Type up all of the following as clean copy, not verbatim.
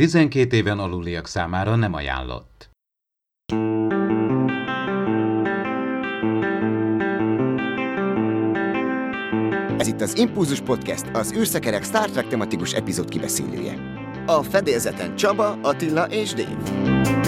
12 éven aluliak számára nem ajánlott. Ez itt az Impulzus Podcast, az űrszekerek Star Trek tematikus epizód kibeszélője. A fedélzeten Csaba, Attila és Dave.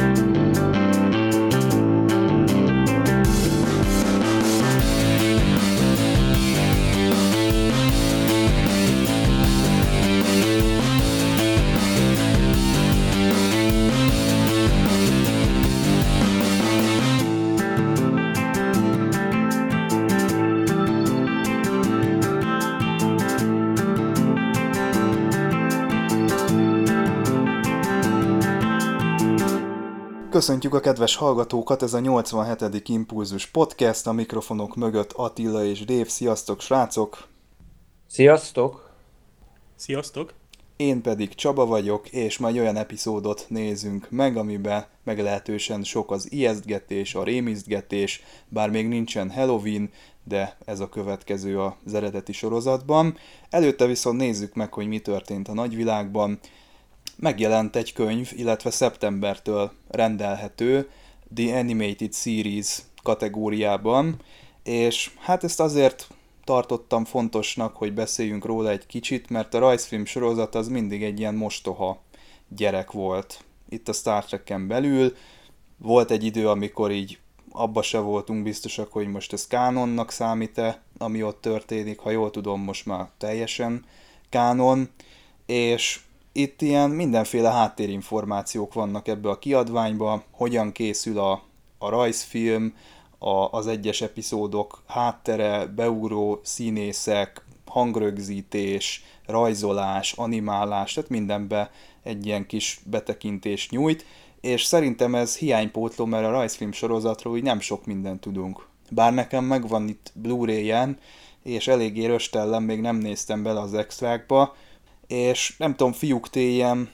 Köszöntjük a kedves hallgatókat, ez a 87. Impulzus Podcast, a mikrofonok mögött Attila és Dave. Sziasztok, srácok! Sziasztok! Sziasztok! Én pedig Csaba vagyok, és majd olyan epizódot nézünk meg, amiben meglehetősen sok az ijesztgetés, a rémisztgetés, bár még nincsen Halloween, de ez a következő az eredeti sorozatban. Előtte viszont nézzük meg, hogy mi történt a nagyvilágban. Megjelent egy könyv, illetve szeptembertől rendelhető The Animated Series kategóriában, és hát ezt azért tartottam fontosnak, hogy beszéljünk róla egy kicsit, mert a rajzfilm sorozat az mindig egy ilyen mostoha gyerek volt itt a Star Trek-en belül. Volt egy idő, amikor így abba se voltunk biztosak, hogy most ez kánonnak számít-e, ami ott történik, ha jól tudom, most már teljesen kánon, és itt ilyen mindenféle háttérinformációk vannak ebbe a kiadványba, hogyan készül a rajzfilm, az egyes epizódok háttere, beugró színészek, hangrögzítés, rajzolás, animálás, tehát mindenbe egy ilyen kis betekintést nyújt, és szerintem ez hiánypótló, mert a rajzfilm sorozatról így nem sok mindent tudunk. Bár nekem megvan itt Blu-ray-en, és eléggé röstellem, még nem néztem bele az extrákba, és nem tudom, fiúk, ti ilyen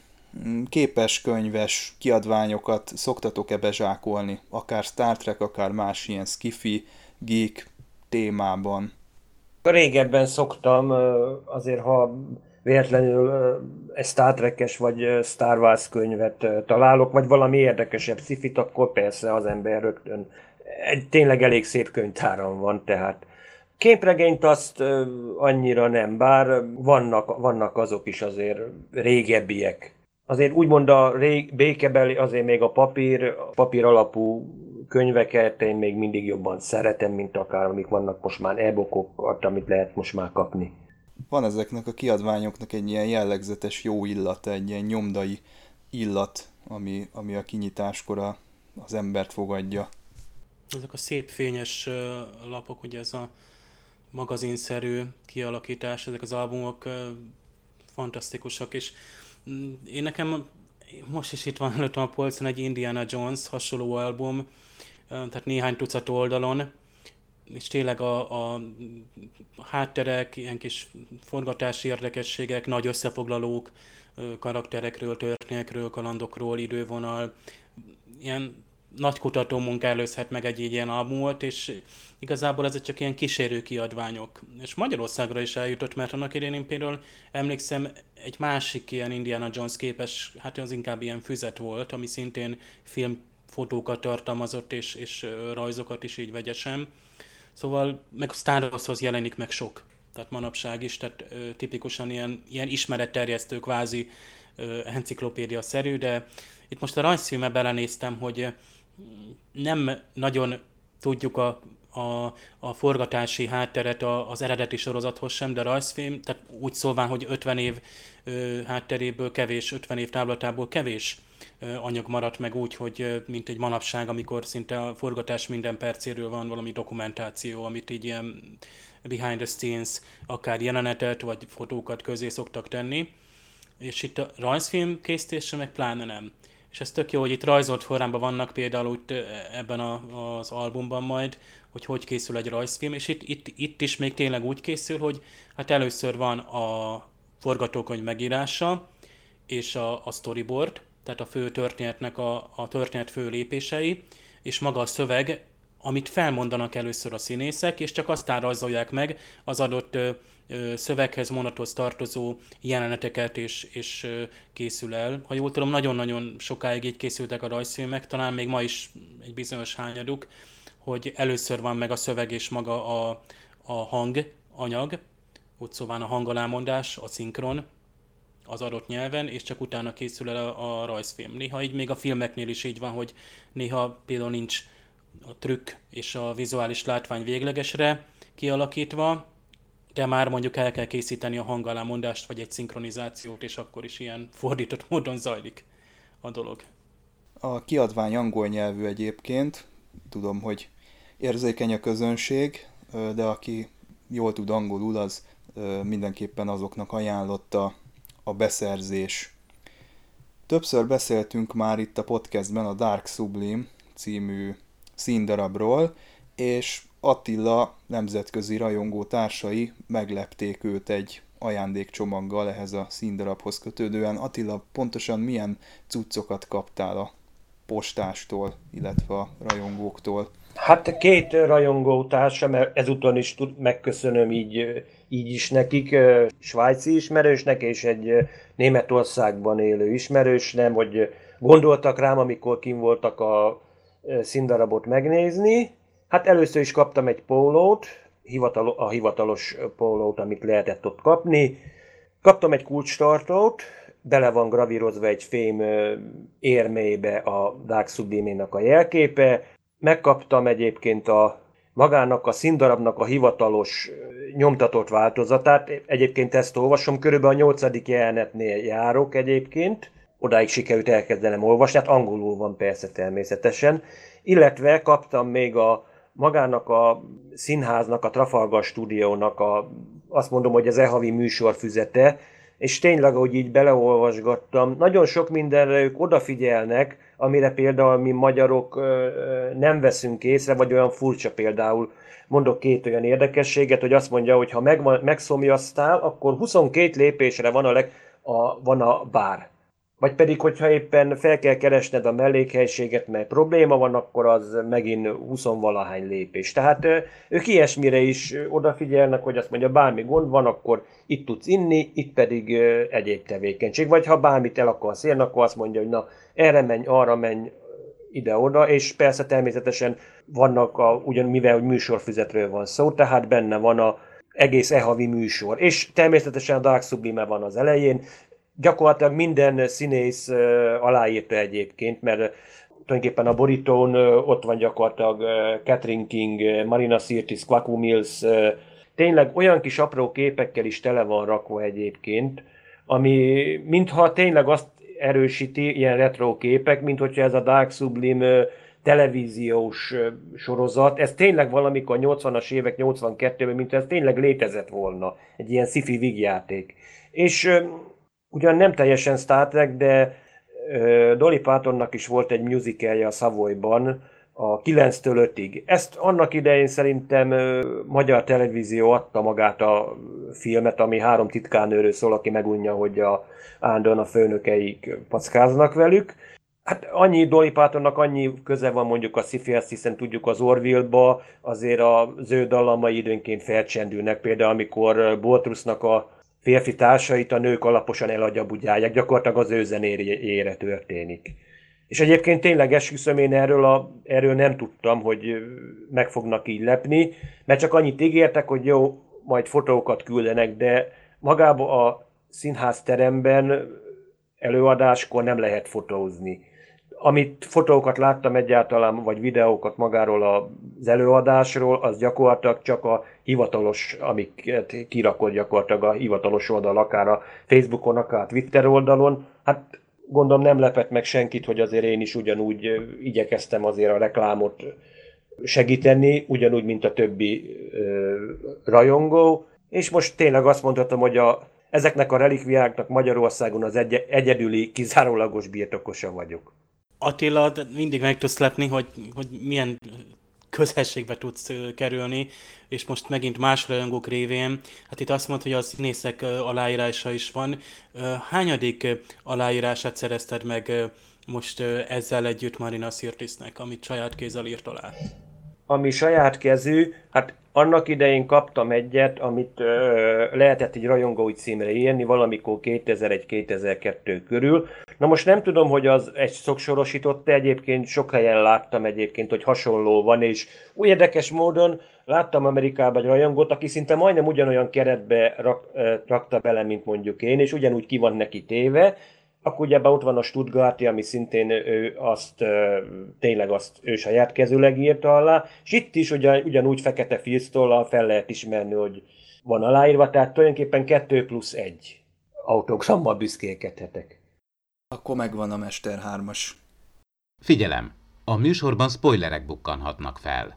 képeskönyves kiadványokat szoktatok-e bezsákolni? Akár Star Trek, akár más ilyen sci-fi, geek témában. Régebben szoktam, azért ha véletlenül Star Trek-es vagy Star Wars könyvet találok, vagy valami érdekesebb sci-fit, akkor persze az ember rögtön tényleg elég szép könyvtáram van, tehát képregényt azt annyira nem, bár vannak azok is azért régebbiek. Azért úgymond a békebeli, azért még a papír alapú könyveket én még mindig jobban szeretem, mint akár amik vannak most már e-bookok, amit lehet most már kapni. Van ezeknek a kiadványoknak egy ilyen jellegzetes jó illata, egy ilyen nyomdai illat, ami a kinyitáskor az embert fogadja. Ezek a szép fényes lapok, ugye ez a magazinszerű kialakítás, ezek az albumok fantasztikusak, és én nekem most is itt van előttem a polcon egy Indiana Jones hasonló album, tehát néhány tucat oldalon, és tényleg a hátterek, ilyen kis forgatási érdekességek, nagy összefoglalók, karakterekről, történekről, kalandokról, idővonal, ilyen nagy kutatómunka előzhet meg egy ilyen albumot, és igazából ezek csak ilyen kísérő kiadványok. És Magyarországra is eljutott, mert annak idején én például emlékszem, egy másik ilyen Indiana Jones képes, hát az inkább ilyen füzet volt, ami szintén filmfotókat tartalmazott, és rajzokat is így vegyesen. Szóval meg Star Warshoz jelenik meg sok, tehát manapság is, tehát tipikusan ilyen ismeretterjesztő, kvázi enciklopédia-szerű, de itt most a rajzfilmbe belenéztem, hogy nem nagyon tudjuk a forgatási hátteret az eredeti sorozathoz sem, de rajzfilm, tehát úgy szólván, hogy 50 év hátteréből kevés, 50 év távlatából kevés anyag maradt meg úgy, hogy mint egy manapság, amikor szinte a forgatás minden percéről van valami dokumentáció, amit így ilyen behind the scenes, akár jelenetet vagy fotókat közé szoktak tenni, és itt a rajzfilm készítésre meg pláne nem. És ez tök jó, hogy itt rajzolt formában vannak például itt ebben az albumban majd, hogy készül egy rajzfilm, és itt is még tényleg úgy készül, hogy hát először van a forgatókönyv megírása és a storyboard, tehát a fő történetnek a történet fő lépései, és maga a szöveg, amit felmondanak először a színészek, és csak aztán rajzolják meg az adott szöveghez, mondathoz tartozó jeleneteket és készül el. Ha jól tudom, nagyon-nagyon sokáig így készültek a rajzfilmek, talán még ma is egy bizonyos hányaduk, hogy először van meg a szöveg és maga a hanganyag, úgy szóval a hangalámondás, a szinkron az adott nyelven, és csak utána készül el a rajzfilm. Néha így még a filmeknél is így van, hogy néha például nincs a trükk és a vizuális látvány véglegesre kialakítva, de már mondjuk el kell készíteni a hangalámondást, vagy egy szinkronizációt, és akkor is ilyen fordított módon zajlik a dolog. A kiadvány angol nyelvű egyébként, tudom, hogy érzékeny a közönség, de aki jól tud angolul, az mindenképpen azoknak ajánlotta a beszerzés. Többször beszéltünk már itt a podcastben a Dark Sublime című színdarabról, és Attila nemzetközi rajongó társai meglepték őt egy ajándékcsomaggal ehhez a színdarabhoz kötődően. Attila, pontosan milyen cuccokat kaptál a postástól, illetve a rajongóktól? Hát 2 rajongótársa, mert ezúton is megköszönöm így is nekik, svájci ismerősnek és egy Németországban élő ismerősnek, hogy gondoltak rám, amikor kim voltak a színdarabot megnézni. Hát először is kaptam egy pólót, a hivatalos pólót, amit lehetett ott kapni. Kaptam egy kulcstartót, bele van gravírozva egy fém érmébe a Dark Sublime-nak a jelképe. Megkaptam egyébként magának a színdarabnak a hivatalos nyomtatott változatát. Egyébként ezt olvasom, körülbelül a 8. jelenetnél járok egyébként. Odáig sikerült elkezdenem olvasni, hát angolul van persze természetesen. Illetve kaptam még magának a színháznak, a Trafalgar stúdiónak azt mondom, hogy az e-havi műsorfüzete, és tényleg, ahogy így beleolvasgattam, nagyon sok mindenre ők odafigyelnek, amire például mi magyarok nem veszünk észre, vagy olyan furcsa például. Mondok 2 olyan érdekességet, hogy azt mondja, hogy ha megszomjaztál, akkor 22 lépésre van a bár. Vagy pedig, hogyha éppen fel kell keresned a mellékhelységet, mert probléma van, akkor az megint 20-valahány lépés. Tehát ők ilyesmire is odafigyelnek, hogy azt mondja, bármi gond van, akkor itt tudsz inni, itt pedig egyéb tevékenység. Vagy ha bármit el akarsz érni, akkor azt mondja, hogy na, erre menj, arra menj, ide-oda, és persze természetesen vannak, mivel hogy műsorfüzetről van szó, tehát benne van az egész e-havi műsor. És természetesen a Dark Sublime van az elején. Gyakorlatilag minden színész aláírta egyébként, mert tulajdonképpen a borítón ott van gyakorlatilag Catherine King, Marina Sirtis, Kwaku Mills, tényleg olyan kis apró képekkel is tele van rakva egyébként, ami mintha tényleg azt erősíti, ilyen retro képek, mint hogyha ez a Dark Sublime televíziós sorozat, ez tényleg valamikor 80-as évek, 82-ben, mint ez tényleg létezett volna, egy ilyen sci-fi vígjáték. És ugyan nem teljesen Star Trek, de Dolly Partonnak is volt egy musicalje a Savoyban, a 9-től 5-ig. Ezt annak idején szerintem magyar televízió adta magát a filmet, ami 3 titkárnőről szól, aki megunja, hogy állandóan a főnökeik packáznak velük. Hát annyi Dolly Partonnak annyi köze van mondjuk a sci-fihez, hiszen tudjuk az Orville-ba azért az ő dallamai időnként felcsendülnek, például amikor Boltrusnak a férfi társait a nők alaposan elagyabudjálják, gyakorlatilag az ő zenéjére történik. És egyébként tényleg esküszöm, én erről nem tudtam, hogy meg fognak így lepni, mert csak annyit ígértek, hogy jó, majd fotókat küldenek, de magában a színházteremben előadáskor nem lehet fotózni. Amit fotókat láttam egyáltalán, vagy videókat magáról az előadásról, az gyakorlatilag csak a hivatalos, amiket kirakott gyakorlatilag a hivatalos oldal, akár a Facebookon, akár a Twitter oldalon. Hát gondolom nem lepett meg senkit, hogy azért én is ugyanúgy igyekeztem azért a reklámot segíteni, ugyanúgy, mint a többi rajongó. És most tényleg azt mondhatom, hogy ezeknek a relikviáknak Magyarországon az egyedüli, kizárólagos birtokosa vagyok. Attila, mindig meg tudsz lepni, hogy milyen közelségbe tudsz kerülni, és most megint más rajongók révén, hát itt azt mondod, hogy a színészek aláírása is van. Hányadik aláírását szerezted meg most ezzel együtt Marina Sirtisnek, amit saját kézzel írt alá? ami saját kezű, hát annak idején kaptam egyet, amit lehetett egy rajongói címre írni, valamikor 2001-2002 körül. Na most nem tudom, hogy az egy szoksorosított, egyébként sok helyen láttam egyébként, hogy hasonló van, és úgy érdekes módon láttam Amerikában egy rajongót, aki szinte majdnem ugyanolyan keretbe rakta bele, mint mondjuk én, és ugyanúgy ki van neki téve. Akkor ugye ott van a Stuttgarti, ami szintén tényleg azt ő saját kezűleg írta alá, és itt is ugyanúgy fekete filctollal fel lehet ismerni, hogy van aláírva, tehát tulajdonképpen 2+1 autogrammal büszkélkedhetek. Akkor megvan a Mester 3-as. Figyelem! A műsorban spoilerek bukkanhatnak fel.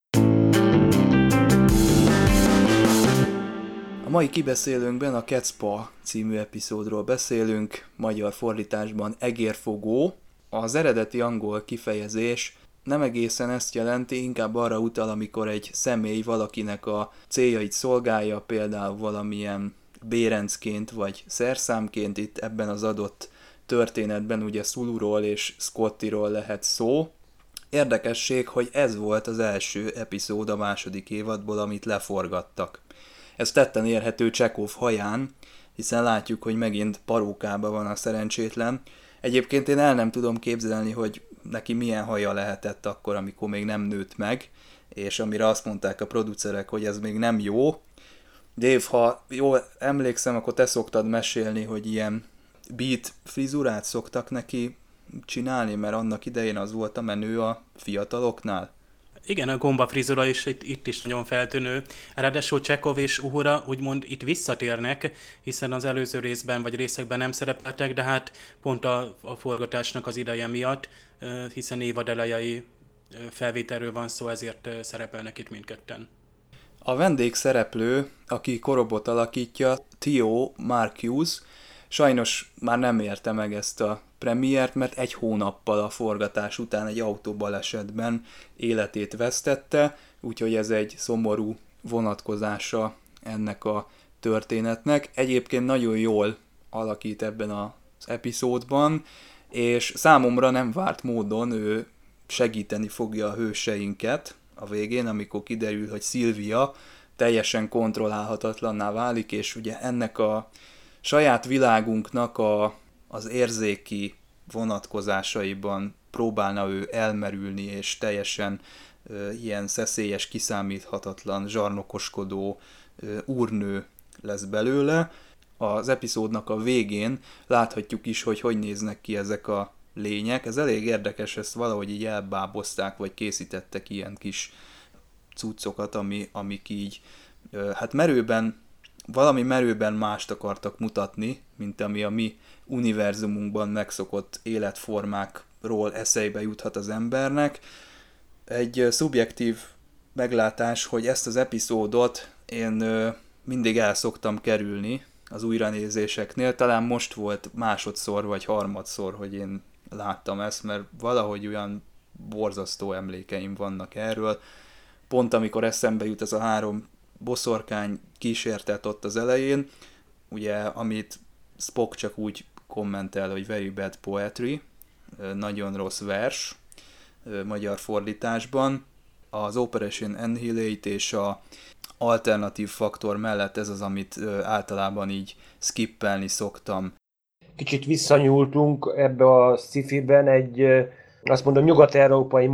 A mai kibeszélőnkben a Kecpa című epizódról beszélünk, magyar fordításban egérfogó. Az eredeti angol kifejezés nem egészen ezt jelenti, inkább arra utal, amikor egy személy valakinek a céljait szolgálja, például valamilyen bérencként vagy szerszámként. Itt ebben az adott történetben ugye Suluról és Scottiról lehet szó. Érdekesség, hogy ez volt az első epizód a második évadból, amit leforgattak. Ez tetten érhető Csekov haján, hiszen látjuk, hogy megint parókában van a szerencsétlen. Egyébként én el nem tudom képzelni, hogy neki milyen haja lehetett akkor, amikor még nem nőtt meg, és amire azt mondták a producerek, hogy ez még nem jó. Dave, ha jól emlékszem, akkor te szoktad mesélni, hogy ilyen beat frizurát szoktak neki csinálni, mert annak idején az volt a menő a fiataloknál. Igen, a gombafrizura is itt is nagyon feltűnő. Ráadásul Csekov és Uhura úgymond itt visszatérnek, hiszen az előző részben vagy részekben nem szerepeltek, de hát pont a forgatásnak az ideje miatt, hiszen évad elejei felvételről van szó, ezért szerepelnek itt mindketten. A vendégszereplő, aki Korobot alakítja, Theo Marcuse, sajnos már nem érte meg ezt a premiért, mert 1 hónappal a forgatás után egy autóbalesetben életét vesztette, úgyhogy ez egy szomorú vonatkozása ennek a történetnek. Egyébként nagyon jól alakít ebben az epizódban, és számomra nem várt módon ő segíteni fogja a hőseinket a végén, amikor kiderül, hogy Szilvia teljesen kontrollálhatatlanná válik, és ugye ennek a saját világunknak az érzéki vonatkozásaiban próbálna ő elmerülni, és teljesen ilyen szeszélyes, kiszámíthatatlan, zsarnokoskodó úrnő lesz belőle. Az epizódnak a végén láthatjuk is, hogy néznek ki ezek a lények. Ez elég érdekes, ezt valahogy így elbábozták, vagy készítettek ilyen kis cuccokat, amik így hát valami merőben mást akartak mutatni, mint ami a mi univerzumunkban megszokott életformákról eszébe juthat az embernek. Egy szubjektív meglátás, hogy ezt az epizódot én mindig el szoktam kerülni az újranézéseknél. Talán most volt másodszor vagy harmadszor, hogy én láttam ezt, mert valahogy olyan borzasztó emlékeim vannak erről. Pont amikor eszembe jut ez a 3 boszorkány kísértet ott az elején, ugye, amit Spock csak úgy kommentel, hogy very bad poetry, nagyon rossz vers magyar fordításban. Az Operation Annihilate és a alternatív faktor mellett ez az, amit általában így skippelni szoktam. Kicsit visszanyúltunk ebbe a sci-fiben egy, azt mondom, nyugat-európai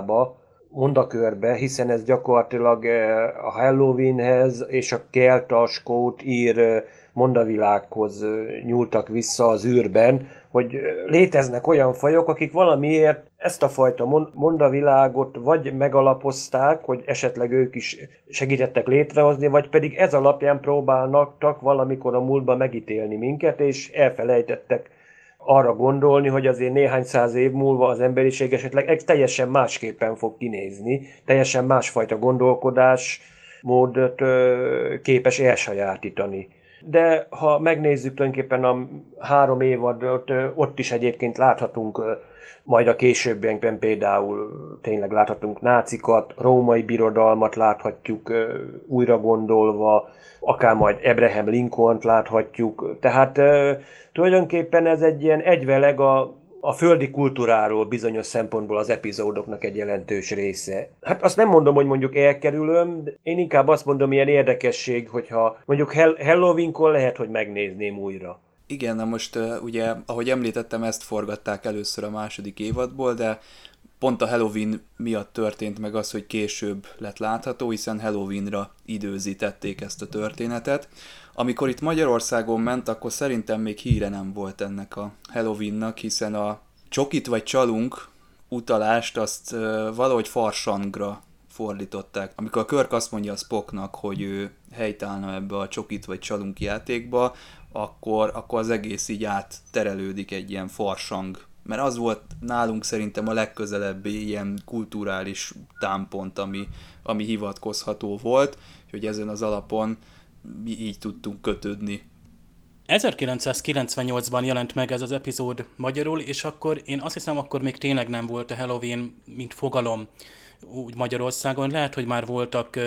mondakörbe, hiszen ez gyakorlatilag a Halloweenhez és a kelta, skót, ír mondavilághoz nyúltak vissza az űrben, hogy léteznek olyan fajok, akik valamiért ezt a fajta mondavilágot vagy megalapozták, hogy esetleg ők is segítettek létrehozni, vagy pedig ez alapján próbálnak valamikor a múltban megítélni minket, és elfelejtettek arra gondolni, hogy azért néhány száz év múlva az emberiség esetleg teljesen másképpen fog kinézni, teljesen másfajta gondolkodásmódot képes elsajátítani. De ha megnézzük tulajdonképpen a 3 évadot, ott is egyébként láthatunk, majd a későbbiekben például tényleg láthatunk nácikat, római birodalmat láthatjuk újra gondolva, akár majd Abraham Lincolnt láthatjuk. Tehát tulajdonképpen ez egy ilyen egyveleg a földi kultúráról bizonyos szempontból az epizódoknak egy jelentős része. Hát azt nem mondom, hogy mondjuk elkerülöm, de én inkább azt mondom, ilyen érdekesség, hogyha mondjuk Halloweenkor lehet, hogy megnézném újra. Igen, na most ugye, ahogy említettem, ezt forgatták először a második évadból, de pont a Halloween miatt történt meg az, hogy később lett látható, hiszen Halloweenra időzítették ezt a történetet. Amikor itt Magyarországon ment, akkor szerintem még híre nem volt ennek a Halloweennak, hiszen a csokit vagy csalunk utalást azt valahogy farsangra fordították. Amikor a Kirk azt mondja a Spocknak, hogy ő helytállna ebbe a csokit vagy csalunk játékba, akkor az egész így átterelődik egy ilyen farsang. Mert az volt nálunk szerintem a legközelebbi ilyen kulturális támpont, ami hivatkozható volt, hogy ezen az alapon mi így tudtunk kötődni. 1998-ban jelent meg ez az epizód magyarul, és akkor én azt hiszem, akkor még tényleg nem volt a Halloween, mint fogalom úgy Magyarországon. Lehet, hogy már voltak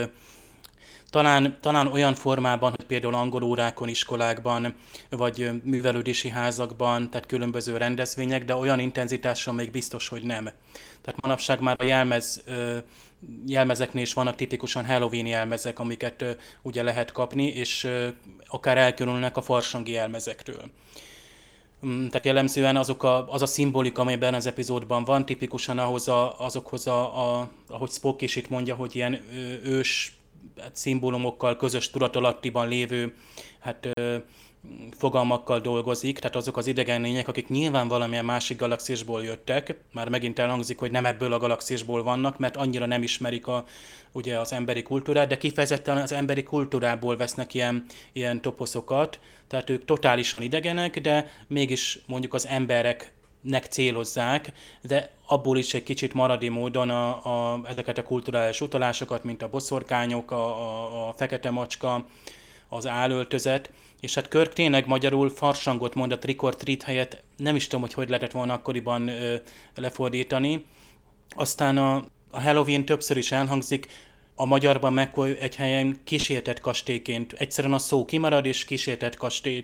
talán olyan formában, hogy például angol órákon, iskolákban, vagy művelődési házakban, tehát különböző rendezvények, de olyan intenzitással még biztos, hogy nem. Tehát manapság már a jelmezeknél is vannak tipikusan Halloween jelmezek, amiket ugye lehet kapni, és akár elkülönülnek a farsangi jelmezektől. Tehát jellemzően az a szimbolika, amelyben az epizódban van, tipikusan azokhoz, ahogy Spock is itt mondja, hogy ilyen ős szimbólumokkal, közös tudatalattiban lévő fogalmakkal dolgozik, tehát azok az idegen lények, akik nyilván valamilyen másik galaxisból jöttek, már megint elhangzik, hogy nem ebből a galaxisból vannak, mert annyira nem ismerik ugye az emberi kultúrát, de kifejezetten az emberi kultúrából vesznek ilyen toposzokat, tehát ők totálisan idegenek, de mégis mondjuk az embereknek célozzák, de abból is egy kicsit maradi módon ezeket a kulturális utalásokat, mint a boszorkányok, a fekete macska, az állöltözet, és hát Kirk tényleg magyarul farsangot mond a trick or treat helyett, nem is tudom, hogy lehetett volna akkoriban lefordítani. Aztán a Halloween többször is elhangzik, a magyarban McCoy egy helyen kísértett kastélyként. Egyszerűen a szó kimarad, és kísértett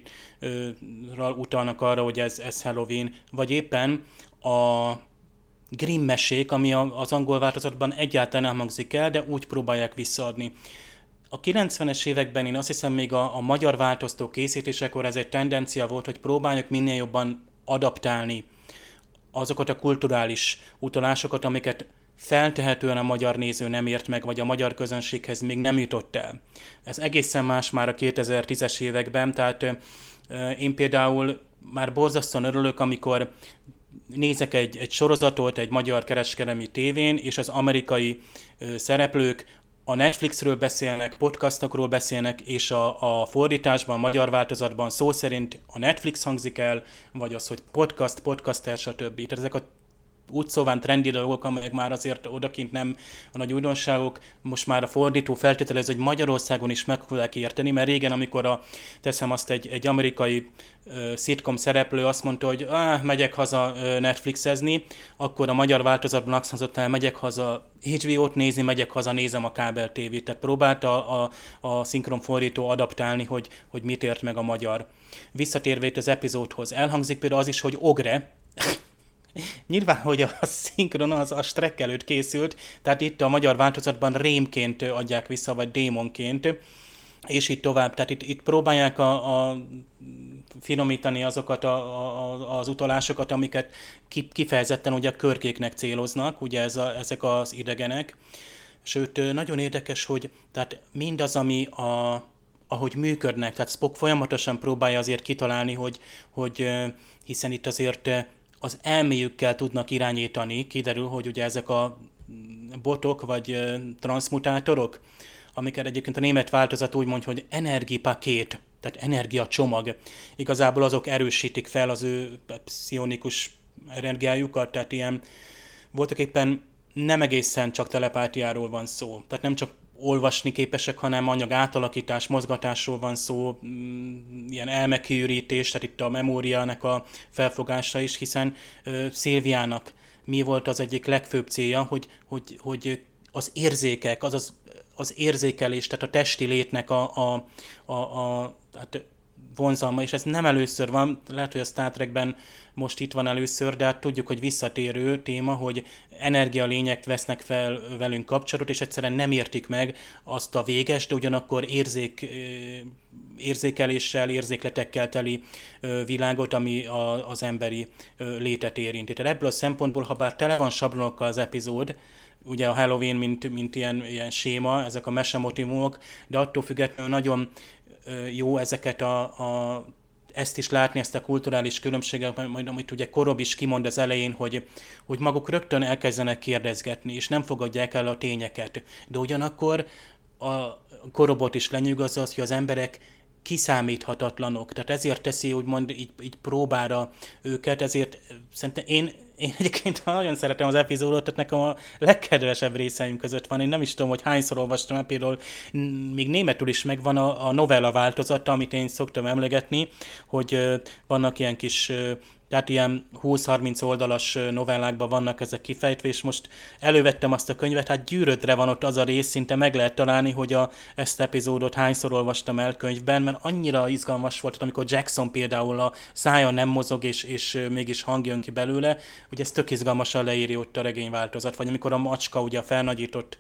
kastélyra utalnak arra, hogy ez Halloween. Vagy éppen a Grimm mesék, ami az angol változatban egyáltalán nem hangzik el, de úgy próbálják visszaadni. A 90-es években én azt hiszem még a magyar változtó készítésekor ez egy tendencia volt, hogy próbáljuk minél jobban adaptálni azokat a kulturális utalásokat, amiket feltehetően a magyar néző nem ért meg, vagy a magyar közönséghez még nem jutott el. Ez egészen más már a 2010-es években, tehát én például már borzasztóan örülök, amikor nézek egy sorozatot egy magyar kereskedelmi tévén, és az amerikai szereplők a Netflixről beszélnek, podcastokról beszélnek, és a fordításban, a magyar változatban szó szerint a Netflix hangzik el, vagy az, hogy podcaster, stb. Tehát ezek a úgy szóván trendi dolgok, amelyek már azért odakint nem a nagy újdonságok, most már a fordító feltételez, hogy Magyarországon is meg fogják érteni, mert régen, amikor teszem azt egy amerikai szitcom szereplő azt mondta, hogy megyek haza Netflixezni, akkor a magyar változatban azt hangzott el, megyek haza HBO-t nézni, megyek haza, nézem a kábel tévét. Tehát próbálta a szinkronfordító adaptálni, hogy mit ért meg a magyar. Visszatérve itt az epizódhoz, elhangzik például az is, hogy ogre. Nyilván, hogy a szinkron az a Strek előtt készült, tehát itt a magyar változatban rémként adják vissza, vagy démonként, és így tovább. Tehát itt próbálják finomítani azokat az utalásokat, amiket kifejezetten ugye a körkéknek céloznak, ugye ezek az idegenek. Sőt, nagyon érdekes, hogy tehát mindaz, ami ahogy működnek, tehát Spock folyamatosan próbálja azért kitalálni, hogy hiszen itt azért az elméjükkel tudnak irányítani, kiderül, hogy ugye ezek a botok vagy transmutátorok, amiket egyébként a német változat úgy mondja, hogy energiapakét, tehát energiacsomag. Igazából azok erősítik fel az ő pszionikus energiájukat, tehát ilyen voltak éppen nem egészen csak telepátiáról van szó. Tehát nem csak olvasni képesek, hanem anyag átalakítás, mozgatásról van szó, ilyen elmekiürítés, tehát itt a memóriának a felfogása is, hiszen Szilviának mi volt az egyik legfőbb célja, hogy az érzékek, az érzékelés, tehát a testi létnek a vonzalma, és ez nem először van, lehet, hogy a Star Trekben most itt van először, de hát tudjuk, hogy visszatérő téma, hogy energialények vesznek fel velünk kapcsolatot, és egyszerűen nem értik meg azt a véges, de ugyanakkor érzékeléssel, érzékletekkel teli világot, ami az emberi létet érinti. Tehát ebből a szempontból, ha bár tele van sablonokkal az epizód, ugye a Halloween, mint ilyen séma, ezek a mesemotívumok, de attól függetlenül nagyon jó ezeket ezt is látni, ezt a kulturális különbséget, majd amit ugye Korob is kimond az elején, hogy maguk rögtön elkezdenek kérdezgetni, és nem fogadják el a tényeket. De ugyanakkor a Korobot is lenyűgöző az, hogy az emberek kiszámíthatatlanok. Tehát ezért teszi úgymond így próbára őket, ezért szerintem én egyébként nagyon szeretem az epizódot, tehát nekem a legkedvesebb részeim között van. Én nem is tudom, hogy hányszor olvastam, például még németül is megvan a novella változata, amit én szoktam emlegetni, hogy vannak ilyen kis, tehát ilyen 20-30 oldalas novellákban vannak ezek kifejtve, és most elővettem azt a könyvet, hát gyűrödre van ott az a rész, szinte meg lehet találni, hogy ezt epizódot hányszor olvastam el könyvben, mert annyira izgalmas volt, amikor Jackson például a szája nem mozog, és mégis hang jön ki belőle, ugye ez tök izgalmasan leírja ott a regényváltozat, vagy amikor a macska, ugye a felnagyított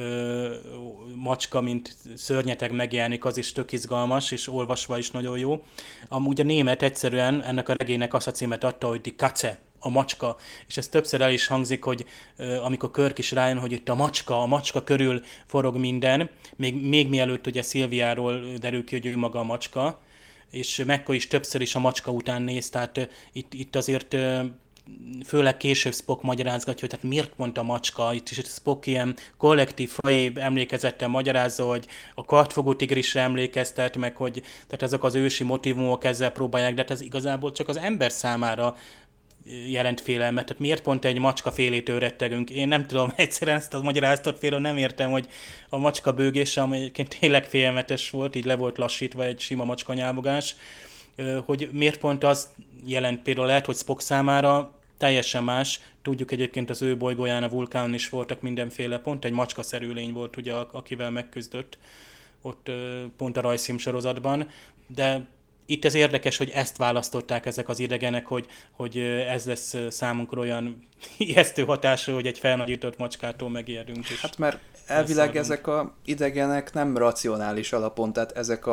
macska, mint szörnyeteg megjelenik, az is tök izgalmas, és olvasva is nagyon jó. Amúgy a német egyszerűen ennek a regénynek azt a címet adta, hogy Die Katze, a macska, és ez többször el is hangzik, hogy amikor Kirk is rájön, hogy itt a macska körül forog minden, még mielőtt ugye Szilviáról derül ki, hogy ő maga a macska, és McCoy is többször is a macska után néz, tehát itt azért főleg később Spock magyarázgatja, hogy tehát miért mondta a macska, itt is Spock ilyen kollektív faji emlékezettel magyarázza, hogy a kartfogó tigrisre emlékeztet, meg hogy tehát ezek az ősi motívumok ezzel próbálják, de hát ez igazából csak az ember számára jelent félelmet. Tehát miért pont egy macska félétől rettegünk? Én nem tudom, egyszerűen ezt a magyarázatot félről nem értem, hogy a macska bőgése, ami egyébként tényleg félelmetes volt, így le volt lassítva egy sima macska nyávogás, hogy miért pont az jelent például lehet, hogy Spock számára teljesen más. Tudjuk egyébként az ő bolygóján, a Vulkánon is voltak mindenféle, pont egy macskaszerű lény volt, ugye, akivel megküzdött ott pont a rajzfilm sorozatban, de itt ez érdekes, hogy ezt választották ezek az idegenek, hogy ez lesz számunkra olyan ijesztő hatású, hogy egy felnagyított macskától megijedünk. Hát mert elvileg ezek az idegenek nem racionális alapon, tehát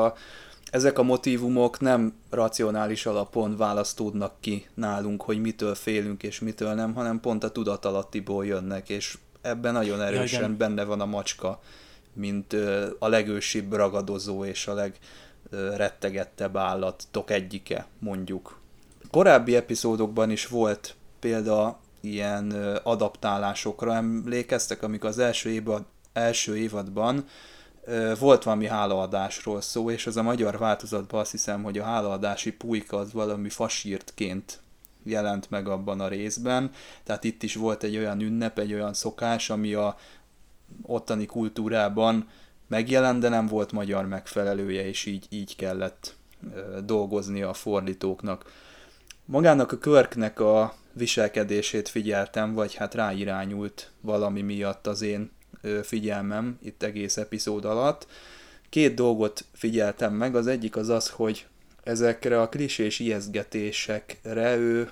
ezek a motívumok nem racionális alapon választódnak ki nálunk, hogy mitől félünk és mitől nem, hanem pont a tudatalattiból jönnek, és ebben nagyon erősen benne van a macska, mint a legősibb ragadozó és a legrettegettebb állatok egyike, mondjuk. Korábbi epizódokban is volt példa ilyen adaptálásokra, emlékeztek, amikor az első évadban volt valami hálaadásról szó, és az a magyar változatban azt hiszem, hogy a hálaadási pulyka az valami fasírtként jelent meg abban a részben, tehát itt is volt egy olyan ünnep, egy olyan szokás, ami a ottani kultúrában megjelent, de nem volt magyar megfelelője, és így kellett dolgozni a fordítóknak. Magának a Kirknek a viselkedését figyeltem, vagy hát ráirányult valami miatt az én figyelmem itt egész epizód alatt. 2 dolgot figyeltem meg, az egyik az, hogy ezekre a klisés ijesztgetésekre ő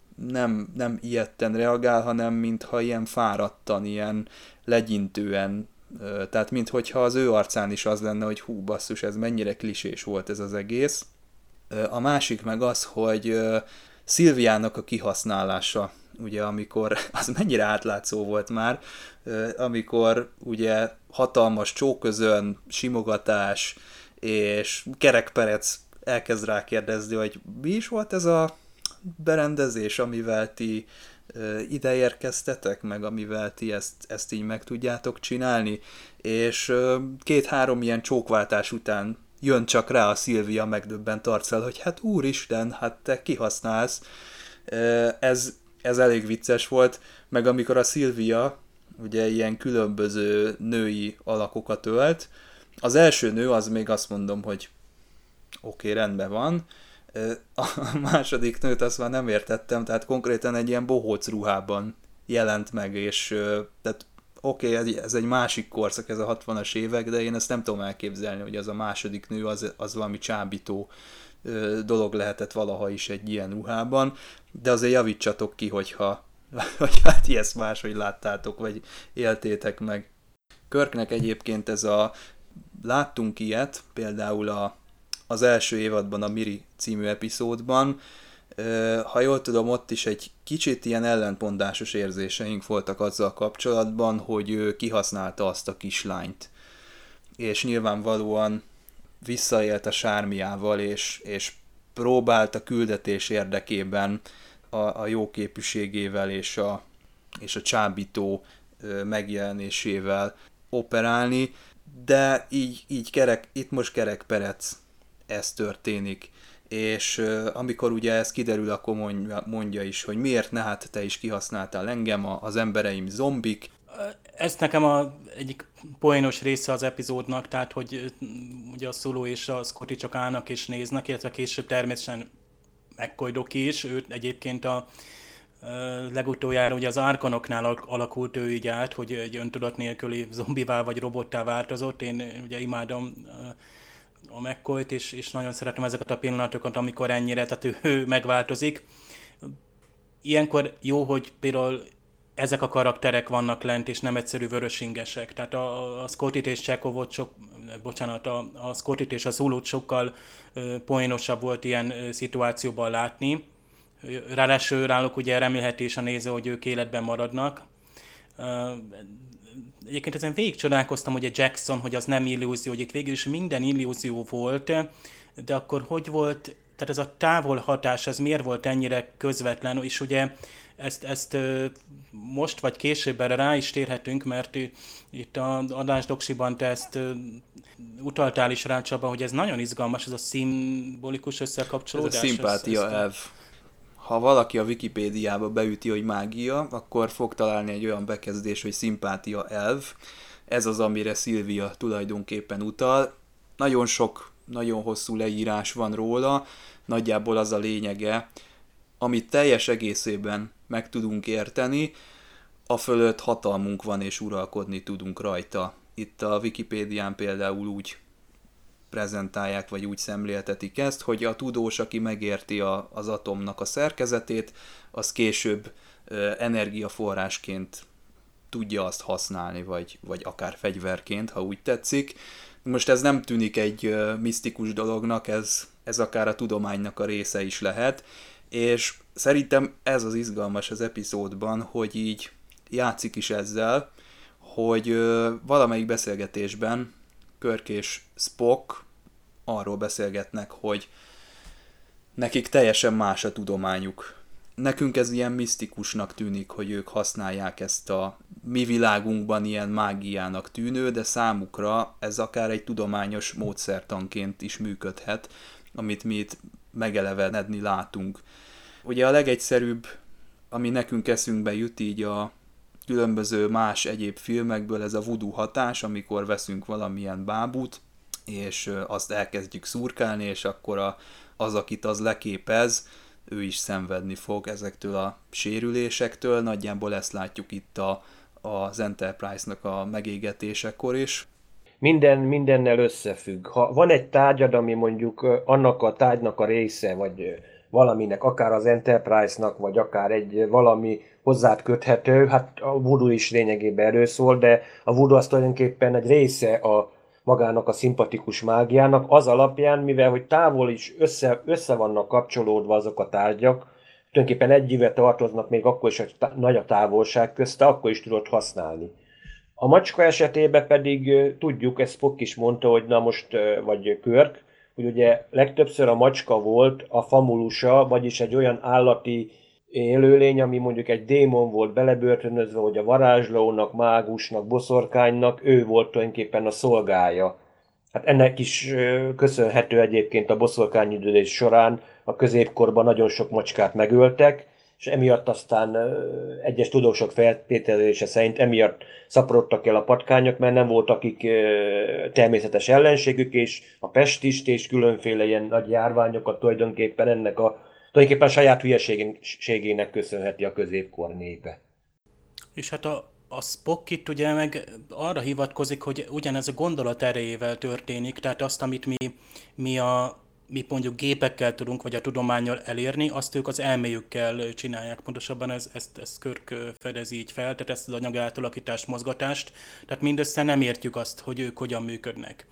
nem ijedten reagál, hanem mintha ilyen fáradtan, ilyen legyintően, tehát minthogyha az ő arcán is az lenne, hogy hú basszus, ez mennyire klisés volt ez az egész. A másik meg az, hogy Szilviának a kihasználása, ugye amikor, az mennyire átlátszó volt már, amikor ugye hatalmas csóközön, simogatás, és kerekperec elkezd rákérdezni, hogy mi is volt ez a berendezés, amivel ti ide érkeztetek, meg amivel ti ezt így meg tudjátok csinálni, és 2-3 ilyen csókváltás után jön csak rá a Szilvia megdöbbent arccal, hogy hát úristen, hát te kihasználsz. Ez elég vicces volt, meg amikor a Szilvia ugye ilyen különböző női alakokat ölt, az első nő az még azt mondom, hogy oké, rendben van, a második nőt azt már nem értettem, tehát konkrétan egy ilyen bohóc ruhában jelent meg, és tehát oké, ez egy másik korszak, ez a 60-as évek, de én ezt nem tudom elképzelni, hogy az a második nő az valami csábító dolog lehetett valaha is egy ilyen ruhában, de azért javítsatok ki, hogyha hát ezt máshogy láttátok, vagy éltétek meg. Kirknek egyébként láttunk ilyet, például az első évadban, a Miri című epizódban, ha jól tudom, ott is egy kicsit ilyen ellentmondásos érzéseink voltak azzal kapcsolatban, hogy ő kihasználta azt a kislányt. És nyilvánvalóan visszaélt a sármiával, és próbált a küldetés érdekében a jó képűségével és a csábító megjelenésével operálni, de így itt most kerekperec ez történik. És amikor ugye ez kiderül, akkor mondja is, hogy miért ne, hát te is kihasználtál engem, az embereim zombik. Ez nekem egyik poénos része az epizódnak, tehát hogy ugye a Sulu és a Scotty csak állnak és néznek, illetve később természetesen McCoy is, ő egyébként a legutoljára ugye az Arkonoknál alakult ő így át, hogy egy öntudat nélküli zombivá vagy robottá változott. Én ugye imádom a McCoyt, és nagyon szeretem ezeket a pillanatokat, amikor ennyire, tehát ő megváltozik. Ilyenkor jó, hogy például ezek a karakterek vannak lent, és nem egyszerű vörösingesek. Tehát a Scottit és Chekhovot a Scottit és a Zulut sokkal poénosabb volt ilyen szituációban látni. Ráadásul ráluk ugye remélheti is a néző, hogy ők életben maradnak. Egyébként ezen végig csodálkoztam, hogy a Jackson, hogy az nem illúzió, hogy itt végül is minden illúzió volt, de akkor hogy volt, tehát ez a távol hatás, ez miért volt ennyire közvetlen, és ugye ezt most vagy később erre rá is térhetünk, mert itt az adásdoksiban te ezt utaltál is rá, Csaba, hogy ez nagyon izgalmas, ez a szimbolikus összekapcsolódás. Ez a szimpátia elv. Ha valaki a Wikipédiába beüti, hogy mágia, akkor fog találni egy olyan bekezdés, hogy szimpátia elv. Ez az, amire Szilvia tulajdonképpen utal. Nagyon sok, nagyon hosszú leírás van róla, nagyjából az a lényege, amit teljes egészében meg tudunk érteni, afölött hatalmunk van és uralkodni tudunk rajta. Itt a Wikipédián például úgy prezentálják, vagy úgy szemléltetik ezt, hogy a tudós, aki megérti az atomnak a szerkezetét, az később energiaforrásként tudja azt használni, vagy akár fegyverként, ha úgy tetszik. Most ez nem tűnik egy misztikus dolognak, ez akár a tudománynak a része is lehet, és szerintem ez az izgalmas az epizódban, hogy így játszik is ezzel, hogy valamelyik beszélgetésben Kirk és Spock arról beszélgetnek, hogy nekik teljesen más a tudományuk. Nekünk ez ilyen misztikusnak tűnik, hogy ők használják ezt a mi világunkban ilyen mágiának tűnő, de számukra ez akár egy tudományos módszertanként is működhet, amit mi itt megelevenedni látunk. Ugye a legegyszerűbb, ami nekünk eszünkbe jut így a különböző más egyéb filmekből, ez a voodoo hatás, amikor veszünk valamilyen bábút, és azt elkezdjük szurkálni, és akkor az, akit az leképez, ő is szenvedni fog ezektől a sérülésektől. Nagyjából ezt látjuk itt az Enterprise-nak a megégetésekor is. Mindennel összefügg. Ha van egy tárgyad, ami mondjuk annak a tárgynak a része, vagy valaminek, akár az Enterprise-nak, vagy akár egy valami hozzád köthető, hát a voodoo is lényegében erről szól, de a voodoo az tulajdonképpen egy része magának a szimpatikus mágiának, az alapján, mivel hogy távol is össze vannak kapcsolódva azok a tárgyak, tulajdonképpen együve tartoznak, még akkor is, hogy nagy a távolság közte, akkor is tudod használni. A macska esetében pedig tudjuk, ezt Spock is mondta, hogy na most, vagy Kirk, hogy ugye legtöbbször a macska volt a famulusa, vagyis egy olyan állati élőlény, ami mondjuk egy démon volt belebörtönözve, hogy a varázslónak, mágusnak, boszorkánynak, ő volt tulajdonképpen a szolgája. Hát ennek is köszönhető egyébként a boszorkányüldözés során, a középkorban nagyon sok macskát megöltek, és emiatt aztán egyes tudósok feltételése szerint emiatt szaporodtak el a patkányok, mert nem voltak akik természetes ellenségük, és a pestist és különféle ilyen nagy járványokat tulajdonképpen a saját hülyeségének köszönheti a középkor népe. És hát a Spock itt ugye meg arra hivatkozik, hogy ugyanez a gondolat erejével történik, tehát azt, amit mi mi mondjuk gépekkel tudunk, vagy a tudománnyal elérni, azt ők az elméjükkel csinálják. Pontosabban ezt Kirk fedezi így fel, tehát ezt az anyag átalakítást, mozgatást. Tehát mindössze nem értjük azt, hogy ők hogyan működnek.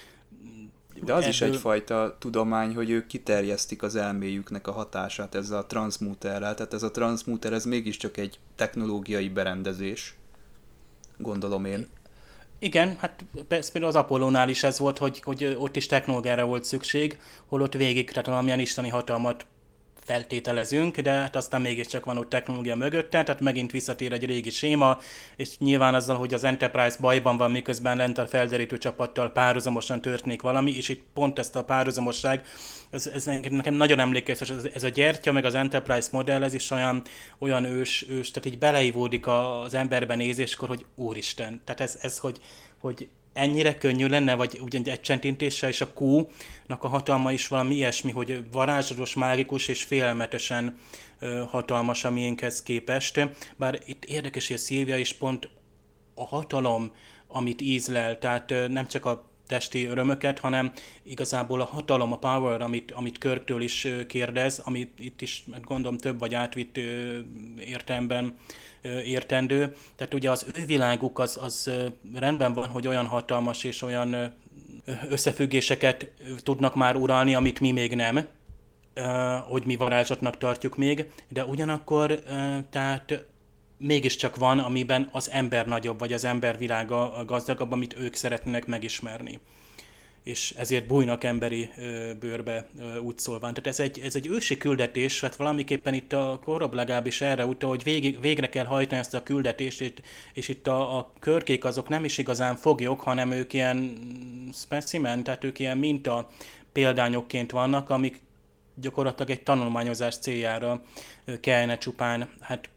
De az is egyfajta tudomány, hogy ők kiterjesztik az elméjüknek a hatását ezzel a transmuterrel. Tehát ez a transmuter, ez mégiscsak egy technológiai berendezés, gondolom én. Igen, hát például az Apollónál is ez volt, hogy ott is technológiára volt szükség, holott végig, tehát valamilyen isteni hatalmat feltételezünk, de hát aztán mégiscsak van ott technológia mögötte, tehát megint visszatér egy régi séma, és nyilván azzal, hogy az Enterprise bajban van, miközben lent a felderítő csapattal párhuzamosan történik valami, és itt pont ezt a párhuzamosság, ez nekem nagyon emlékeztes, ez a gyertya, meg az Enterprise modell, ez is olyan ős, tehát így beleivódik az emberben nézéskor, hogy úristen, tehát ez hogy ennyire könnyű lenne, vagy ugyan egy csentintéssel, és a Q-nak a hatalma is valami ilyesmi, hogy varázslatos, mágikus és félelmetesen hatalmas a miénkhez képest. Bár itt érdekes, hogy a Szilvia is pont a hatalom, amit ízlel, tehát nem csak a testi örömöket, hanem igazából a hatalom, a power, amit Kirktől is kérdez, amit itt is gondolom több vagy átvitt értelemben értendő. Tehát ugye az ő világuk az rendben van, hogy olyan hatalmas és olyan összefüggéseket tudnak már uralni, amit mi még nem, hogy mi varázslatnak tartjuk még, de ugyanakkor tehát mégiscsak van, amiben az ember nagyobb, vagy az ember világa gazdagabb, amit ők szeretnének megismerni. És ezért bújnak emberi bőrbe úgy szólván. Tehát ez egy ősi küldetés, hát valamiképpen itt a Korob legalábbis erre utal, hogy végre kell hajtani ezt a küldetést, és itt a Kirkék azok nem is igazán foglyok, hanem ők ilyen specimen, tehát ők ilyen minta példányokként vannak, amik gyakorlatilag egy tanulmányozás céljára kellene csupán